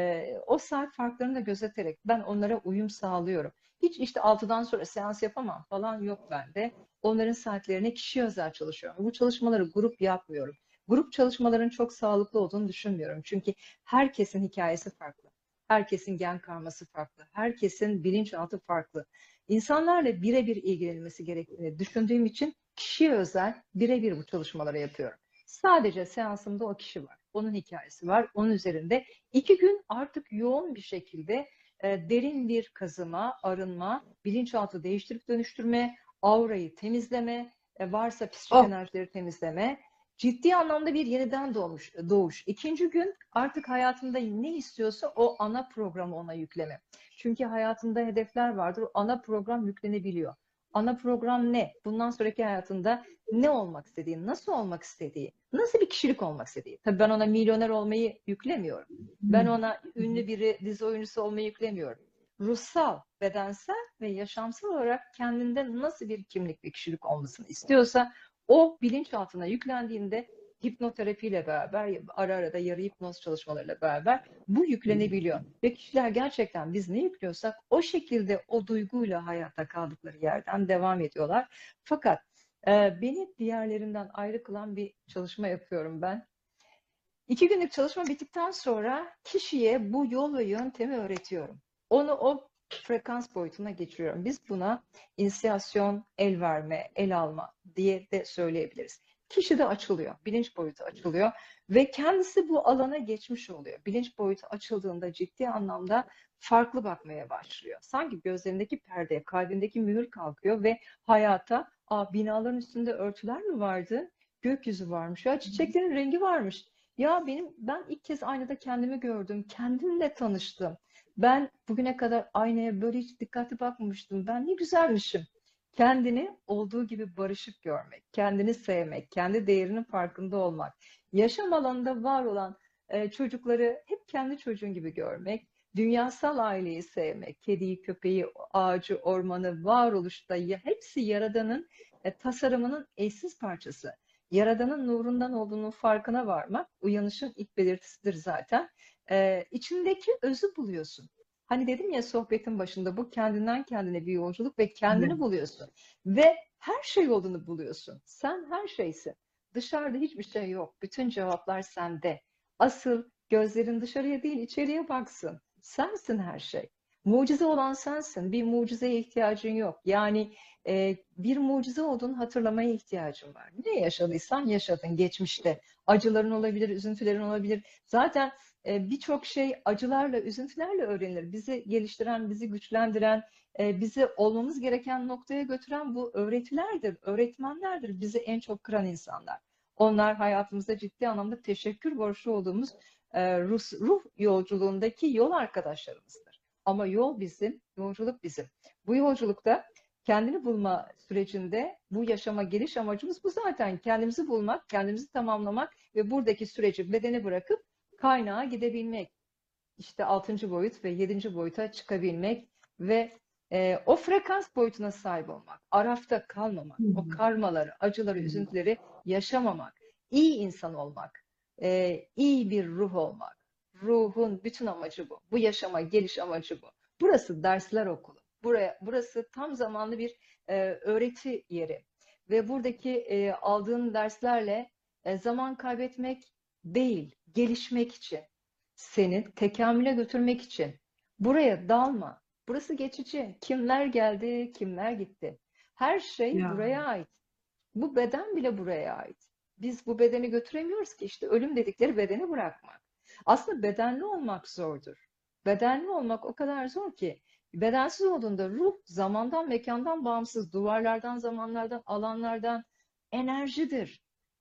Speaker 2: O saat farklarını da gözeterek ben onlara uyum sağlıyorum. Hiç işte 6'dan sonra seans yapamam falan yok bende. Onların saatlerine kişi özel çalışıyorum. Bu çalışmaları grup yapmıyorum. Grup çalışmalarının çok sağlıklı olduğunu düşünmüyorum. Çünkü herkesin hikayesi farklı. Herkesin gen karması farklı. Herkesin bilinçaltı farklı. İnsanlarla birebir ilgilenilmesi gerektiğini düşündüğüm için kişiye özel birebir bu çalışmaları yapıyorum. Sadece seansımda o kişi var. Onun hikayesi var. Onun üzerinde 2 gün artık yoğun bir şekilde derin bir kazıma, arınma, bilinçaltı değiştirip dönüştürme, aurayı temizleme, varsa psikik
Speaker 1: Oh.
Speaker 2: enerjileri temizleme, ciddi anlamda bir yeniden doğuş. İkinci gün artık hayatında ne istiyorsa o ana programı ona yükleme. Çünkü hayatında hedefler vardır. O ana program yüklenebiliyor. Ana program ne? Bundan sonraki hayatında ne olmak istediği, nasıl olmak istediği, nasıl bir kişilik olmak istediği. Tabii ben ona milyoner olmayı yüklemiyorum. Ben ona ünlü biri, dizi oyuncusu olmayı yüklemiyorum. ruhsal, bedensel ve yaşamsal olarak kendinde nasıl bir kimlik ve kişilik olmasını istiyorsa o bilinçaltına yüklendiğinde hipnoterapiyle beraber, ara ara da yarı hipnoz çalışmalarıyla beraber bu yüklenebiliyor. Ve kişiler gerçekten biz ne yüklüyorsak o şekilde o duyguyla hayatta kaldıkları yerden devam ediyorlar. Fakat beni diğerlerinden ayrı kılan bir çalışma yapıyorum ben. 2 günlük çalışma bittikten sonra kişiye bu yol ve yöntemi öğretiyorum. Onu o frekans boyutuna geçiriyorum. Biz buna inisiyasyon, el verme, el alma diye de söyleyebiliriz. Kişi de açılıyor, bilinç boyutu açılıyor ve kendisi bu alana geçmiş oluyor. Bilinç boyutu açıldığında ciddi anlamda farklı bakmaya başlıyor. Sanki gözlerindeki perde, kalbindeki mühür kalkıyor ve hayata, binaların üstünde örtüler mi vardı? Gökyüzü varmış, ya çiçeklerin rengi varmış. Ya ben ilk kez aynada kendimi gördüm. Kendimle tanıştım. Ben bugüne kadar aynaya böyle hiç dikkatli bakmamıştım. Ben ne güzelmişim. Kendini olduğu gibi barışık görmek, kendini sevmek, kendi değerinin farkında olmak, yaşam alanında var olan çocukları hep kendi çocuğun gibi görmek, dünyasal aileyi sevmek, kediyi, köpeği, ağacı, ormanı, varoluşta hepsi Yaradan'ın tasarımının eşsiz parçası. Yaradan'ın nurundan olduğunun farkına varmak, uyanışın ilk belirtisidir zaten. İçindeki özü buluyorsun. Hani dedim ya sohbetin başında, bu kendinden kendine bir yolculuk ve kendini buluyorsun. Ve her şey olduğunu buluyorsun. Sen her şeysin. Dışarıda hiçbir şey yok. Bütün cevaplar sende. Asıl gözlerin dışarıya değil içeriye baksın. Sensin her şey. Mucize olan sensin. Bir mucizeye ihtiyacın yok. Yani bir mucize olduğunu hatırlamaya ihtiyacın var. Ne yaşadıysan yaşadın geçmişte. Acıların olabilir, üzüntülerin olabilir. Zaten birçok şey acılarla, üzüntülerle öğrenilir. Bizi geliştiren, bizi güçlendiren, bizi olmamız gereken noktaya götüren bu öğretilerdir, öğretmenlerdir. Bizi en çok kıran insanlar. Onlar hayatımızda ciddi anlamda teşekkür borçlu olduğumuz ruh yolculuğundaki yol arkadaşlarımızdır. Ama yol bizim, yolculuk bizim. Bu yolculukta kendini bulma sürecinde bu yaşama geliş amacımız bu zaten. Kendimizi bulmak, kendimizi tamamlamak ve buradaki süreci bedeni bırakıp kaynağa gidebilmek. İşte 6. boyut ve 7. boyuta çıkabilmek ve o frekans boyutuna sahip olmak. Arafta kalmamak, o karmaları, acıları, üzüntüleri yaşamamak. İyi insan olmak, iyi bir ruh olmak. Ruhun bütün amacı bu. Bu yaşama geliş amacı bu. Burası dersler okulu. Burası tam zamanlı bir öğreti yeri. Ve buradaki aldığın derslerle zaman kaybetmek değil, gelişmek için, seni tekamüle götürmek için. Buraya dalma. Burası geçici. Kimler geldi, kimler gitti. Her şey
Speaker 1: Ya,
Speaker 2: buraya ait. Bu beden bile buraya ait. Biz bu bedeni götüremiyoruz ki, işte ölüm dedikleri bedeni bırakmak. Aslında bedenli olmak zordur. Bedenli olmak o kadar zor ki. Bedensiz olduğunda ruh zamandan, mekandan bağımsız, duvarlardan, zamanlardan, alanlardan enerjidir.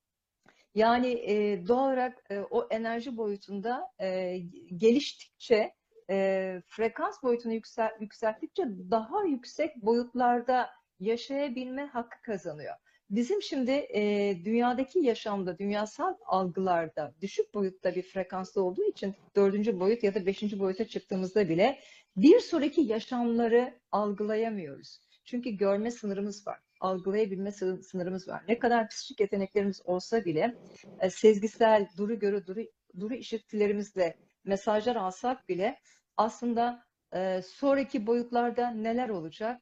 Speaker 2: Yani doğal olarak o enerji boyutunda geliştikçe, frekans boyutunu yükselttikçe daha yüksek boyutlarda yaşayabilme hakkı kazanıyor. Bizim şimdi dünyadaki yaşamda, dünyasal algılarda düşük boyutta bir frekansta olduğu için 4. boyut ya da 5. boyuta çıktığımızda bile bir sonraki yaşamları algılayamıyoruz. Çünkü görme sınırımız var, algılayabilme sınırımız var. Ne kadar psikik yeteneklerimiz olsa bile sezgisel, duru görü, duru işittilerimizle mesajlar alsak bile aslında sonraki boyutlarda neler olacak?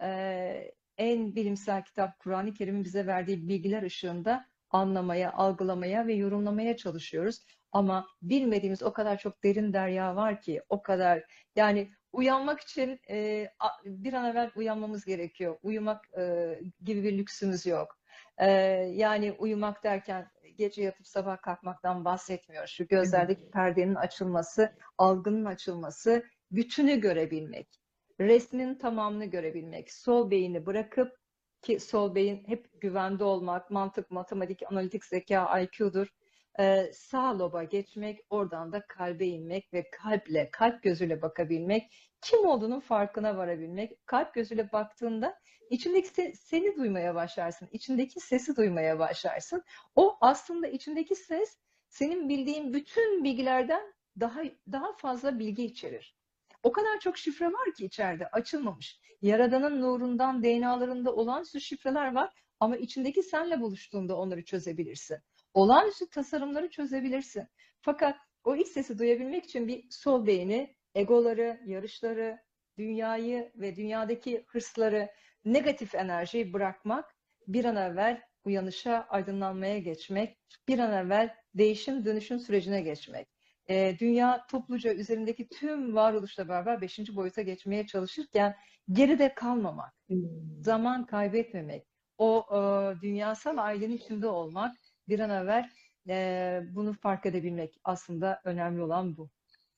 Speaker 2: En bilimsel kitap Kur'an-ı Kerim'in bize verdiği bilgiler ışığında anlamaya, algılamaya ve yorumlamaya çalışıyoruz. Ama bilmediğimiz o kadar çok derin derya var ki, o kadar, yani uyanmak için bir an evvel uyanmamız gerekiyor. Uyumak gibi bir lüksümüz yok. Yani uyumak derken gece yatıp sabah kalkmaktan bahsetmiyor. Şu
Speaker 1: evet.
Speaker 2: gözlerdeki perdenin açılması, algının açılması, bütünü görebilmek, resmin tamamını görebilmek, sol beyni bırakıp, ki sol beyin hep güvende olmak, mantık, matematik, analitik zeka, IQ'dur. Sağ loba geçmek, oradan da kalbe inmek ve kalple, kalp gözüyle bakabilmek, kim olduğunun farkına varabilmek. Kalp gözüyle baktığında içindeki seni duymaya başlarsın, içindeki sesi duymaya başlarsın. O aslında içindeki ses senin bildiğin bütün bilgilerden daha fazla bilgi içerir. O kadar çok şifre var ki içeride açılmamış. Yaradanın nurundan DNA'larında olağanüstü şifreler var ama içindeki senle buluştuğunda onları çözebilirsin. Olağanüstü tasarımları çözebilirsin. Fakat o iç sesi duyabilmek için bir sol beyni, egoları, yarışları, dünyayı ve dünyadaki hırsları, negatif enerjiyi bırakmak, bir an evvel uyanışa, aydınlanmaya geçmek, bir an evvel değişim, dönüşüm sürecine geçmek. Dünya topluca üzerindeki tüm varoluşla beraber beşinci boyuta geçmeye çalışırken geride kalmamak,
Speaker 1: Hmm.
Speaker 2: zaman kaybetmemek, o dünyasal ailenin içinde olmak, bir an evvel bunu fark edebilmek aslında önemli olan bu.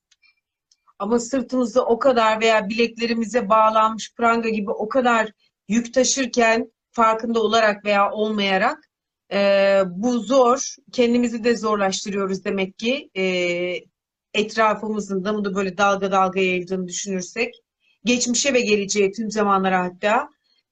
Speaker 1: Ama sırtımızda o kadar veya bileklerimize bağlanmış pranga gibi o kadar yük taşırken farkında olarak veya olmayarak bu zor. Kendimizi de zorlaştırıyoruz demek ki. Etrafımızın da bunu böyle dalga dalga yayıldığını düşünürsek. Geçmişe ve geleceğe tüm zamanlara hatta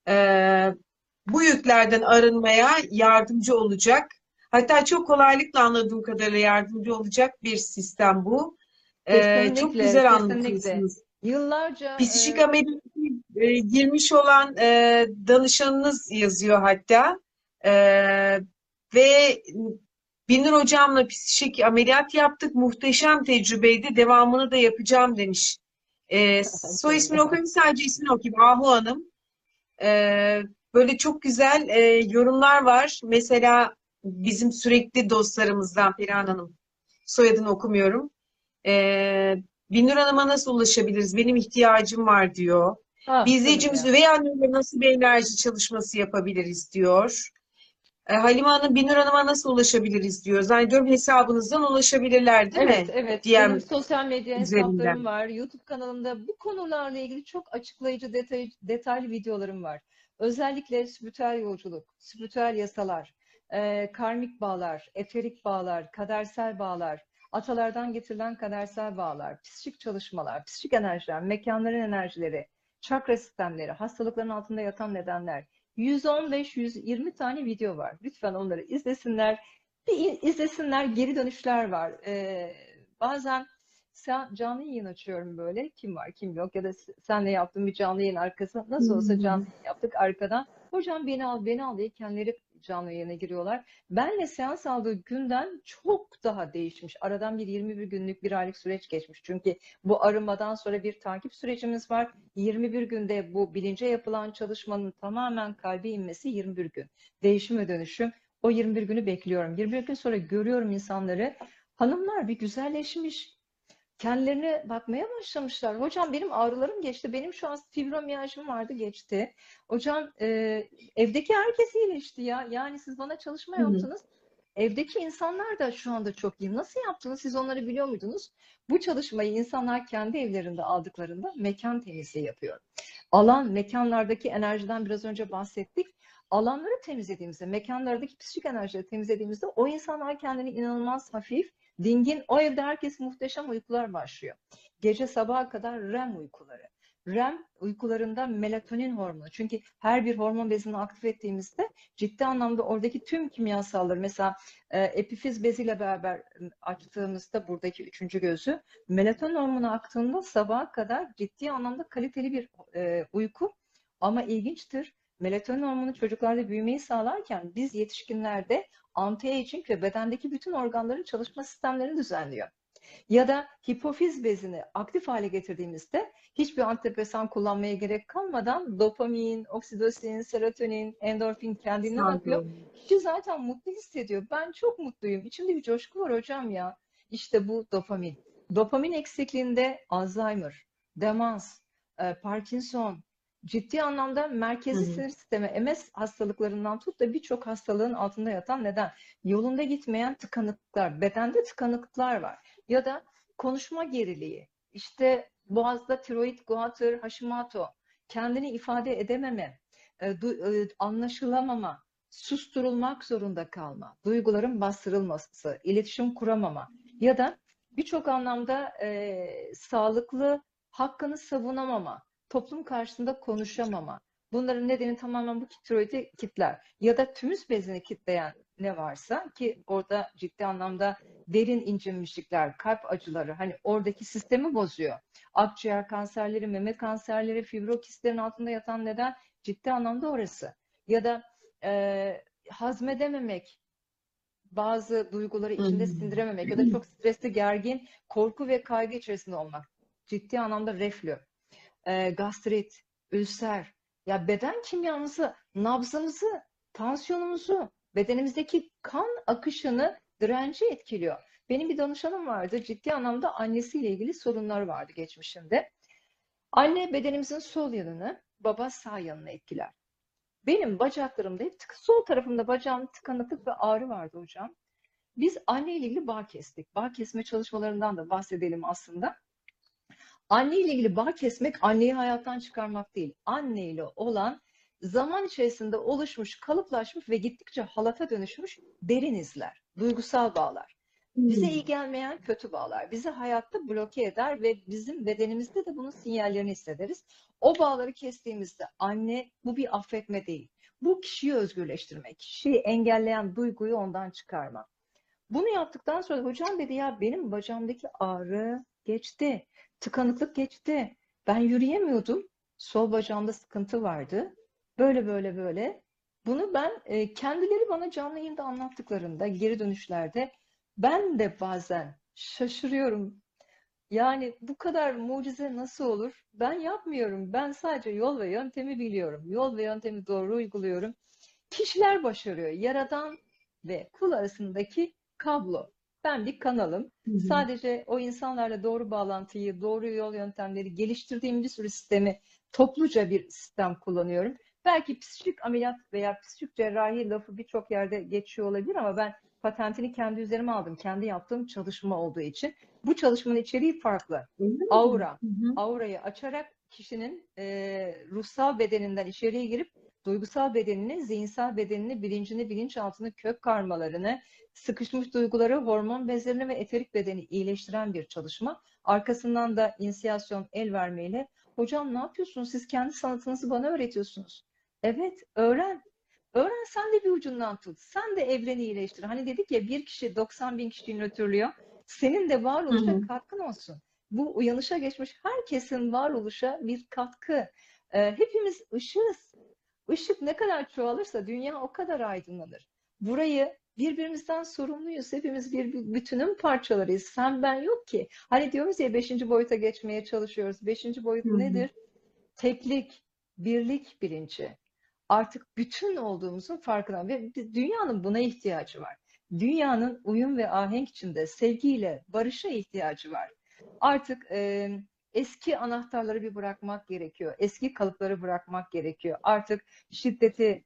Speaker 1: bu yüklerden arınmaya yardımcı olacak. Hatta çok kolaylıkla anladığım kadarıyla yardımcı olacak bir sistem bu. Çok
Speaker 2: Kesinlikle,
Speaker 1: güzel
Speaker 2: kesinlikle.
Speaker 1: anlatıyorsunuz.
Speaker 2: Yıllarca
Speaker 1: Psikik ameliyatı girmiş olan danışanınız yazıyor hatta. E, ve Binur hocamla psikik ameliyat yaptık. Muhteşem tecrübeydi. Devamını da yapacağım demiş. Soy
Speaker 2: çok
Speaker 1: ismini
Speaker 2: güzel.
Speaker 1: okuyayım, sadece ismini okuyayım. Ahu Hanım. Böyle çok güzel yorumlar var. Mesela bizim sürekli dostlarımızdan Perihan Hanım. Soyadını okumuyorum. Ee, Binur Hanım'a nasıl ulaşabiliriz? Benim ihtiyacım var diyor. Bir
Speaker 2: Ah canım
Speaker 1: izleyicimiz
Speaker 2: ya.
Speaker 1: üvey anneyle nasıl bir enerji çalışması yapabiliriz diyor. Halime Hanım, Binur Hanım'a nasıl ulaşabiliriz diyor. Zannediyorum hesabınızdan ulaşabilirler, değil
Speaker 2: Evet,
Speaker 1: mi?
Speaker 2: evet. Benim
Speaker 1: DM
Speaker 2: sosyal medya hesaplarım
Speaker 1: üzerinden.
Speaker 2: var. YouTube kanalımda bu konularla ilgili çok açıklayıcı, detaylı videolarım var. Özellikle spiritüel yolculuk, spiritüel yasalar, karmik bağlar, eterik bağlar, kadersel bağlar, atalardan getirilen kadersel bağlar, psikik çalışmalar, psikik enerjiler, mekanların enerjileri, çakra sistemleri, hastalıkların altında yatan nedenler. 115-120 tane video var. Lütfen onları izlesinler. Bir izlesinler, geri dönüşler var. Bazen canlı yayın açıyorum böyle. Kim var kim yok ya da senle yaptığım bir canlı yayın arkası. Nasıl olsa canlı
Speaker 1: Hmm.
Speaker 2: yayın yaptık arkadan. Hocam beni al beni al diye kendileri canlı yayına giriyorlar. Benle seans aldığı günden çok daha değişmiş. Aradan bir 21 günlük bir aylık süreç geçmiş. Çünkü bu arınmadan sonra bir takip sürecimiz var. 21 günde bu bilince yapılan çalışmanın tamamen kalbe inmesi 21 gün. Değişim ve dönüşüm. O 21 günü bekliyorum. 21 gün sonra görüyorum insanları. Hanımlar bir güzelleşmiş. Kendilerine bakmaya başlamışlar. Hocam benim ağrılarım geçti. Benim şu an fibromiyajım vardı geçti. Hocam evdeki herkes iyileşti ya. Yani siz bana çalışma
Speaker 1: Hmm.
Speaker 2: yaptınız. Evdeki insanlar da şu anda çok iyi. Nasıl yaptınız? Siz onları biliyor muydunuz? Bu çalışmayı insanlar kendi evlerinde aldıklarında mekan temizliği yapıyor. Mekanlardaki enerjiden biraz önce bahsettik. Alanları temizlediğimizde, mekanlardaki psikik enerjileri temizlediğimizde o insanlar kendini inanılmaz hafif, dingin, o evde herkes muhteşem uykular başlıyor. Gece sabaha kadar REM uykuları. REM uykularında melatonin hormonu. Çünkü her bir hormon bezini aktif ettiğimizde ciddi anlamda oradaki tüm kimyasalları mesela epifiz beziyle beraber açtığımızda buradaki üçüncü gözü melatonin hormonu aktığında sabaha kadar ciddi anlamda kaliteli bir uyku. Ama ilginçtir. Melatonin hormonu çocuklarda büyümeyi sağlarken biz yetişkinlerde anti-aging ve bedendeki bütün organların çalışma sistemlerini düzenliyor. Ya da hipofiz bezini aktif hale getirdiğimizde hiçbir antidepresan kullanmaya gerek kalmadan dopamin, oksitosin, serotonin, endorfin kendinden akıyor.
Speaker 1: Salgılıyor.
Speaker 2: Kişi zaten mutlu hissediyor. Ben çok mutluyum. İçimde bir coşku var hocam ya. İşte bu dopamin. Dopamin eksikliğinde Alzheimer, demans, Parkinson, ciddi anlamda
Speaker 1: Hı
Speaker 2: merkezi
Speaker 1: hı.
Speaker 2: sinir sistemi, MS hastalıklarından tut da birçok hastalığın altında yatan neden? Yolunda gitmeyen tıkanıklıklar, bedende tıkanıklıklar var. Ya da konuşma geriliği, işte boğazda tiroid, guatr, Hashimoto, kendini ifade edememe, anlaşılamama, susturulmak zorunda kalma, duyguların bastırılması, iletişim kuramama ya da birçok anlamda sağlıklı hakkını savunamama, toplum karşısında konuşamama. Bunların nedeni tamamen bu tiroidi kitler ya da tümüs bezini kitleyen ne varsa ki orada ciddi anlamda derin incinmişlikler, kalp acıları, hani oradaki sistemi bozuyor. Akciğer kanserleri, meme kanserleri, fibrokistlerin altında yatan neden ciddi anlamda orası. Ya da hazmedememek, bazı duyguları içinde
Speaker 1: Hmm.
Speaker 2: sindirememek ya da çok stresli, gergin, korku ve kaygı içerisinde olmak. Ciddi anlamda reflü, gastrit, ülser, ya beden kimyamızı, nabzımızı, tansiyonumuzu, bedenimizdeki kan akışını, direnci etkiliyor. Benim bir danışanım vardı. Ciddi anlamda annesiyle ilgili sorunlar vardı geçmişinde. Anne bedenimizin sol yanını, baba sağ yanını etkiler. Benim bacaklarımda hep sol tarafımda bacağımda tıkanıklık ve ağrı vardı hocam. Biz anne ile ilgili bağ kestik. Bağ kesme çalışmalarından da bahsedelim aslında. Anne ile ilgili bağ kesmek, anneyi hayattan çıkarmak değil. Anne ile olan zaman içerisinde oluşmuş, kalıplaşmış ve gittikçe halata dönüşmüş derin izler, duygusal bağlar. Bize iyi
Speaker 1: Hmm.
Speaker 2: gelmeyen kötü bağlar. Bizi hayatta bloke eder ve bizim bedenimizde de bunun sinyallerini hissederiz. O bağları kestiğimizde anne, bu bir affetme değil. Bu kişiyi özgürleştirmek, kişiyi engelleyen duyguyu ondan çıkarmak. Bunu yaptıktan sonra hocam dedi ya benim bacağımdaki ağrı geçti. Tıkanıklık geçti. Ben yürüyemiyordum. Sol bacağımda sıkıntı vardı. Böyle böyle böyle. Bunu ben kendileri bana canlı yayında anlattıklarında, geri dönüşlerde ben de bazen şaşırıyorum. Yani bu kadar mucize nasıl olur? Ben yapmıyorum. Ben sadece yol ve yöntemi biliyorum. Yol ve yöntemi doğru uyguluyorum. Kişiler başarıyor. Yaradan ve kul arasındaki kablo. Ben bir kanalım.
Speaker 1: Hı hı.
Speaker 2: Sadece o insanlarla doğru bağlantıyı, doğru yol yöntemleri geliştirdiğim bir sürü sistemi, topluca bir sistem kullanıyorum. Belki psikik ameliyat veya psikik cerrahi lafı birçok yerde geçiyor olabilir ama ben patentini kendi üzerime aldım. Kendi yaptığım çalışma olduğu için. Bu çalışmanın içeriği farklı.
Speaker 1: Öyle mi?
Speaker 2: Aura.
Speaker 1: Hı hı.
Speaker 2: Aurayı açarak kişinin ruhsal bedeninden içeriye girip duygusal bedenini, zihinsel bedenini, bilincini, bilinçaltını, kök karmalarını, sıkışmış duyguları, hormon bezlerini ve eterik bedeni iyileştiren bir çalışma. Arkasından da inisiyasyon el vermeyle hocam ne yapıyorsunuz? Siz kendi sanatınızı bana öğretiyorsunuz. Evet, öğren. Öğren sen de bir ucundan tut. Sen de evreni iyileştir. Hani dedik ya bir kişi 90 bin kişiyi nötrlüyor. Senin de
Speaker 1: Hı
Speaker 2: varoluşa
Speaker 1: hı.
Speaker 2: katkın olsun. Bu uyanışa geçmiş herkesin varoluşa bir katkı. Hepimiz ışığız. Işık ne kadar çoğalırsa dünya o kadar aydınlanır. Burayı birbirimizden sorumluyuz. Hepimiz bir bütünün parçalarıyız. Sen ben yok ki. Hani diyoruz ya beşinci boyuta geçmeye çalışıyoruz. Beşinci
Speaker 1: Hı
Speaker 2: boyut
Speaker 1: hı.
Speaker 2: nedir? Teklik, birlik bilinci. Artık bütün olduğumuzun farkına ve dünyanın buna ihtiyacı var. Dünyanın uyum ve ahenk içinde sevgiyle barışa ihtiyacı var. Artık eski anahtarları bir bırakmak gerekiyor. Eski kalıpları bırakmak gerekiyor. Artık şiddeti,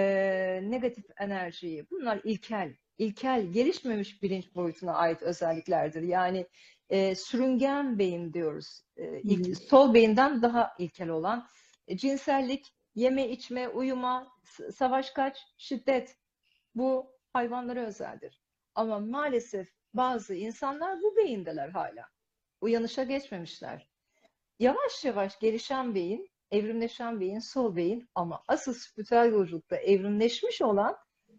Speaker 2: negatif enerjiyi, bunlar ilkel, gelişmemiş bilinç boyutuna ait özelliklerdir. Yani sürüngen beyin diyoruz.
Speaker 1: Hı hı.
Speaker 2: Sol beyinden daha ilkel olan cinsellik, yeme içme, uyuma, savaş kaç, şiddet. Bu hayvanlara özeldir. Ama maalesef bazı insanlar bu beyindeler hala. Uyanışa geçmemişler. Yavaş yavaş gelişen beyin, evrimleşen beyin, sol beyin ama asıl spiritüel yolculukta evrimleşmiş olan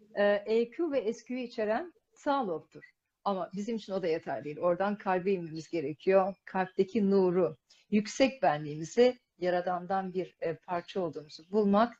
Speaker 2: EQ ve SQ'yu içeren sağ lobdur. Ama bizim için o da yeter değil. Oradan kalbe inmemiz gerekiyor. Kalpteki nuru, yüksek benliğimizi, Yaradan'dan bir parça olduğumuzu bulmak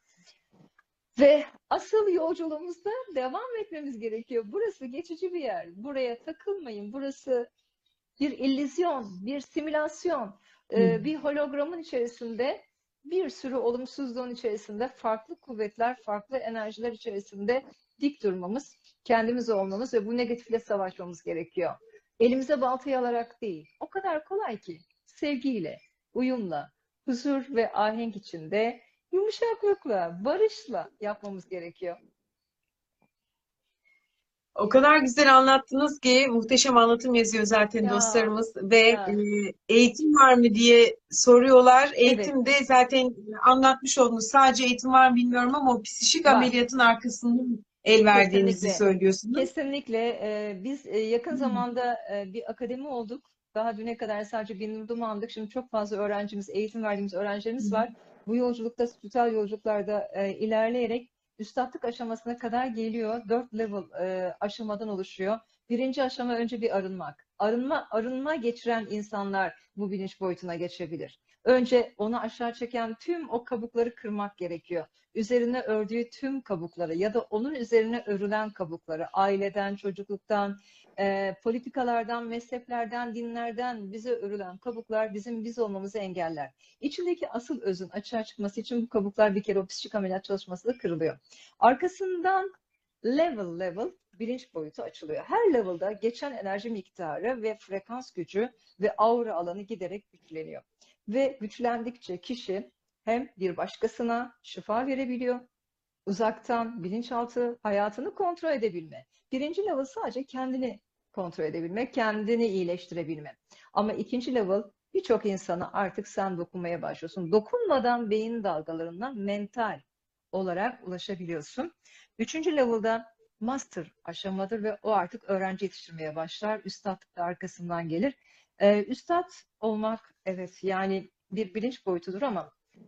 Speaker 2: ve asıl yolculuğumuzda devam etmemiz gerekiyor. Burası geçici bir yer. Buraya takılmayın. Burası bir illüzyon, bir simülasyon,
Speaker 1: Hı hı.
Speaker 2: bir hologramın içerisinde bir sürü olumsuzluğun içerisinde farklı kuvvetler, farklı enerjiler içerisinde dik durmamız, kendimiz olmamız ve bu negatifle savaşmamız gerekiyor. Elimize baltayı alarak değil. O kadar kolay ki sevgiyle, uyumla, huzur ve ahenk içinde yumuşaklıkla, barışla yapmamız gerekiyor.
Speaker 1: O kadar güzel anlattınız ki muhteşem anlatım yazıyor zaten
Speaker 2: Ya,
Speaker 1: dostlarımız ve
Speaker 2: ya,
Speaker 1: eğitim var mı diye soruyorlar.
Speaker 2: evet,
Speaker 1: Eğitimde zaten anlatmış oldunuz. Sadece eğitim var mı bilmiyorum ama o psikik
Speaker 2: var.
Speaker 1: ameliyatın arkasından el verdiğinizi
Speaker 2: Kesinlikle.
Speaker 1: söylüyorsunuz.
Speaker 2: Kesinlikle. Biz yakın zamanda bir akademi olduk. Daha düne kadar sadece bir yudum aldık. Şimdi çok fazla öğrencimiz, eğitim verdiğimiz öğrencilerimiz var. Bu yolculukta, spiritüel yolculuklarda ilerleyerek üstatlık aşamasına kadar geliyor. 4 level aşamadan oluşuyor. Birinci aşama önce bir arınmak. Arınma geçiren insanlar bu bilinç boyutuna geçebilir. Önce onu aşağı çeken tüm o kabukları kırmak gerekiyor. Üzerine ördüğü tüm kabukları ya da onun üzerine örülen kabukları, aileden, çocukluktan, politikalardan, mezheplerden, dinlerden bize örülen kabuklar bizim biz olmamızı engeller. İçindeki asıl özün açığa çıkması için bu kabuklar bir kere o psikik ameliyat çalışması da kırılıyor. Arkasından level level bilinç boyutu açılıyor. Her level'da geçen enerji miktarı ve frekans gücü ve aura alanı giderek güçleniyor. Ve güçlendikçe kişi hem bir başkasına şifa verebiliyor, uzaktan bilinçaltı hayatını kontrol edebilme. Birinci level sadece kendini kontrol edebilme, kendini iyileştirebilme. Ama ikinci level birçok insana artık sen dokunmaya başlıyorsun. Dokunmadan beyin dalgalarından mental olarak ulaşabiliyorsun. Üçüncü level'da master aşamadır ve o artık öğrenci yetiştirmeye başlar. Üstadlık da arkasından gelir. Üstad olmak evet yani bir bilinç boyutudur ama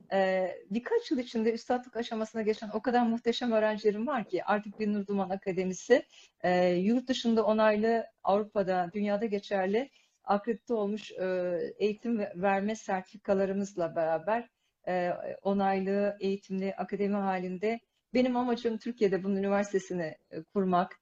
Speaker 2: birkaç yıl içinde üstadlık aşamasına geçen o kadar muhteşem öğrencilerim var ki artık bir Nur Duman Akademisi yurt dışında onaylı, Avrupa'da, dünyada geçerli akredite olmuş eğitim verme sertifikalarımızla beraber onaylı, eğitimli, akademi halinde. Benim amacım Türkiye'de bunun üniversitesini kurmak.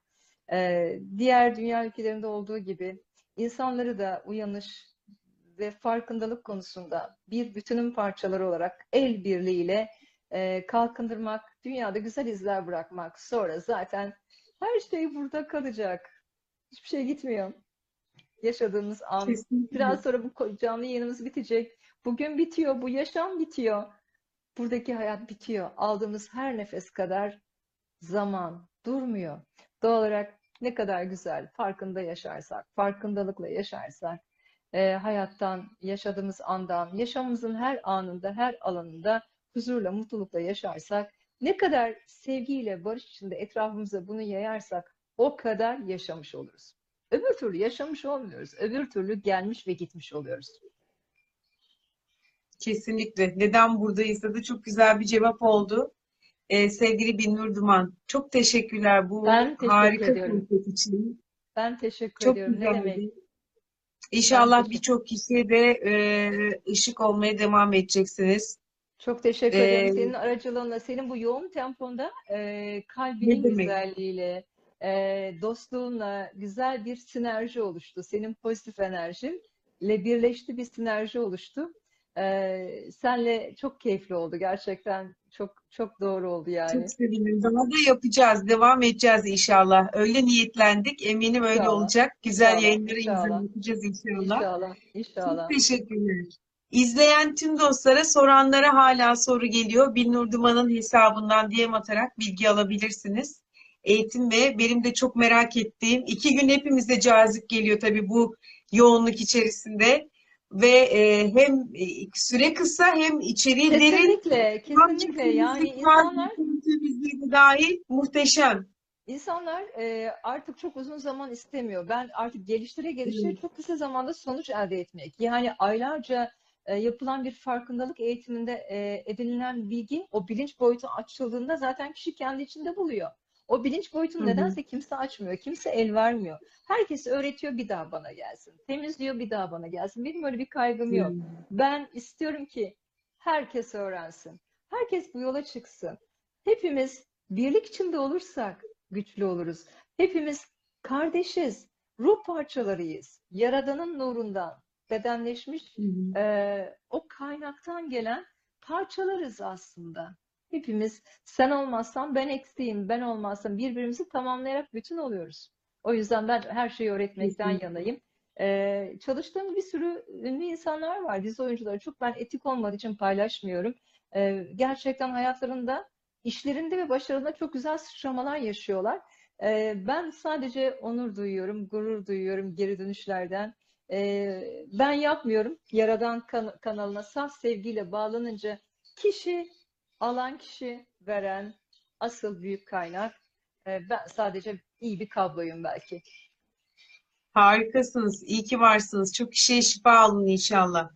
Speaker 2: Diğer dünya ülkelerinde olduğu gibi insanları da uyanış ve farkındalık konusunda bir bütünün parçaları olarak el birliğiyle kalkındırmak, dünyada güzel izler bırakmak. Sonra zaten her şey burada kalacak. Hiçbir şey gitmiyor. Yaşadığımız an.
Speaker 1: Kesinlikle.
Speaker 2: Biraz sonra bu canlı yayınımız bitecek. Bugün bitiyor, bu yaşam bitiyor. Buradaki hayat bitiyor. Aldığımız her nefes kadar zaman durmuyor. Doğal olarak ne kadar güzel farkında yaşarsak, farkındalıkla yaşarsak, hayattan, yaşadığımız andan, yaşamımızın her anında, her alanında huzurla, mutlulukla yaşarsak, ne kadar sevgiyle, barış içinde etrafımıza bunu yayarsak o kadar yaşamış oluruz. Öbür türlü yaşamış olmuyoruz. Öbür türlü gelmiş ve gitmiş oluyoruz.
Speaker 1: Kesinlikle. Neden buradayız da çok güzel bir cevap oldu. Sevgili Binnur Duman, çok teşekkürler bu
Speaker 2: Ben teşekkür
Speaker 1: harika
Speaker 2: ediyorum.
Speaker 1: sohbet için.
Speaker 2: Ben teşekkür
Speaker 1: Çok
Speaker 2: ediyorum. Ne demek?
Speaker 1: güzeldi.
Speaker 2: Ben
Speaker 1: İnşallah
Speaker 2: teşekkür
Speaker 1: birçok kişiye de ışık olmaya devam edeceksiniz.
Speaker 2: Çok teşekkür ederim.
Speaker 1: E,
Speaker 2: Senin aracılığınla, senin bu yoğun temponda
Speaker 1: Ne
Speaker 2: kalbinin
Speaker 1: demek?
Speaker 2: güzelliğiyle, dostluğunla güzel bir sinerji oluştu. Senin pozitif enerjinle birleşti bir sinerji oluştu. Senle çok keyifli oldu. Gerçekten çok çok doğru oldu
Speaker 1: Çok
Speaker 2: yani.
Speaker 1: sevindim. Daha da yapacağız, devam edeceğiz inşallah. Öyle niyetlendik. Eminim öyle
Speaker 2: İnşallah,
Speaker 1: olacak. Güzel
Speaker 2: inşallah,
Speaker 1: yayınlara imza
Speaker 2: inşallah,
Speaker 1: atacağız inşallah.
Speaker 2: inşallah,
Speaker 1: Çok
Speaker 2: inşallah.
Speaker 1: teşekkürler. İzleyen tüm dostlara, soranlara hala soru geliyor. Binnur Duman'ın hesabından DM atarak bilgi alabilirsiniz. Eğitim ve benim de çok merak ettiğim, 2 gün hepimize cazip geliyor tabii bu yoğunluk içerisinde. Ve hem süre kısa hem içeriği derin,
Speaker 2: Kesinlikle,
Speaker 1: hem
Speaker 2: kesinlikle. Yani
Speaker 1: temizlik var, temizliği de dahil muhteşem.
Speaker 2: İnsanlar artık çok uzun zaman istemiyor. Ben artık geliştire geliştire
Speaker 1: Evet.
Speaker 2: çok kısa zamanda sonuç elde etmek. Yani aylarca yapılan bir farkındalık eğitiminde edinilen bilgi, o bilinç boyutu açıldığında zaten kişi kendi içinde buluyor. O bilinç
Speaker 1: Hı
Speaker 2: boyutunu
Speaker 1: hı.
Speaker 2: nedense kimse açmıyor, kimse el vermiyor. Herkes öğretiyor bir daha bana gelsin. Temizliyor bir daha bana gelsin. Benim öyle bir kaygım yok. Ben istiyorum ki herkes öğrensin. Herkes bu yola çıksın. Hepimiz birlik içinde olursak güçlü oluruz. Hepimiz kardeşiz, ruh parçalarıyız. Yaradan'ın nurundan bedenleşmiş
Speaker 1: Hı hı.
Speaker 2: o kaynaktan gelen parçalarız aslında. Hepimiz sen olmazsan ben eksiğim, ben olmazsam birbirimizi tamamlayarak bütün oluyoruz. O yüzden ben her şeyi öğretmekten
Speaker 1: Kesinlikle.
Speaker 2: yanayım. Çalıştığım bir sürü ünlü insanlar var, dizi oyuncuları. Çok ben etik olmadığı için paylaşmıyorum. Gerçekten hayatlarında işlerinde ve başarılarında çok güzel sıçramalar yaşıyorlar. Ben sadece onur duyuyorum, gurur duyuyorum geri dönüşlerden. Ben yapmıyorum. Yaradan kanalına saf sevgiyle bağlanınca kişi, alan kişi, veren asıl büyük kaynak. Ben sadece iyi bir kabloyum belki.
Speaker 1: Harikasınız. İyi ki varsınız. Çok kişiye şifa alın inşallah.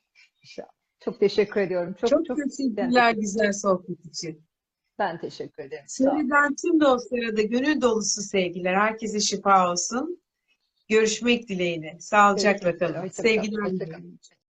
Speaker 2: Çok teşekkür ediyorum. Çok
Speaker 1: Çok
Speaker 2: çok ben teşekkür
Speaker 1: teşekkürler
Speaker 2: ederim.
Speaker 1: güzel sohbet için.
Speaker 2: Ben teşekkür ederim. Sağ ol.
Speaker 1: Seriden tüm dostlara da gönül dolusu sevgiler. Herkese şifa olsun. Görüşmek dileğiyle. Sağlıcakla
Speaker 2: Görüşmek üzere.
Speaker 1: kalın.
Speaker 2: Hoşça kal.
Speaker 1: Sevgiler
Speaker 2: Hoşça kal.
Speaker 1: diliyorum.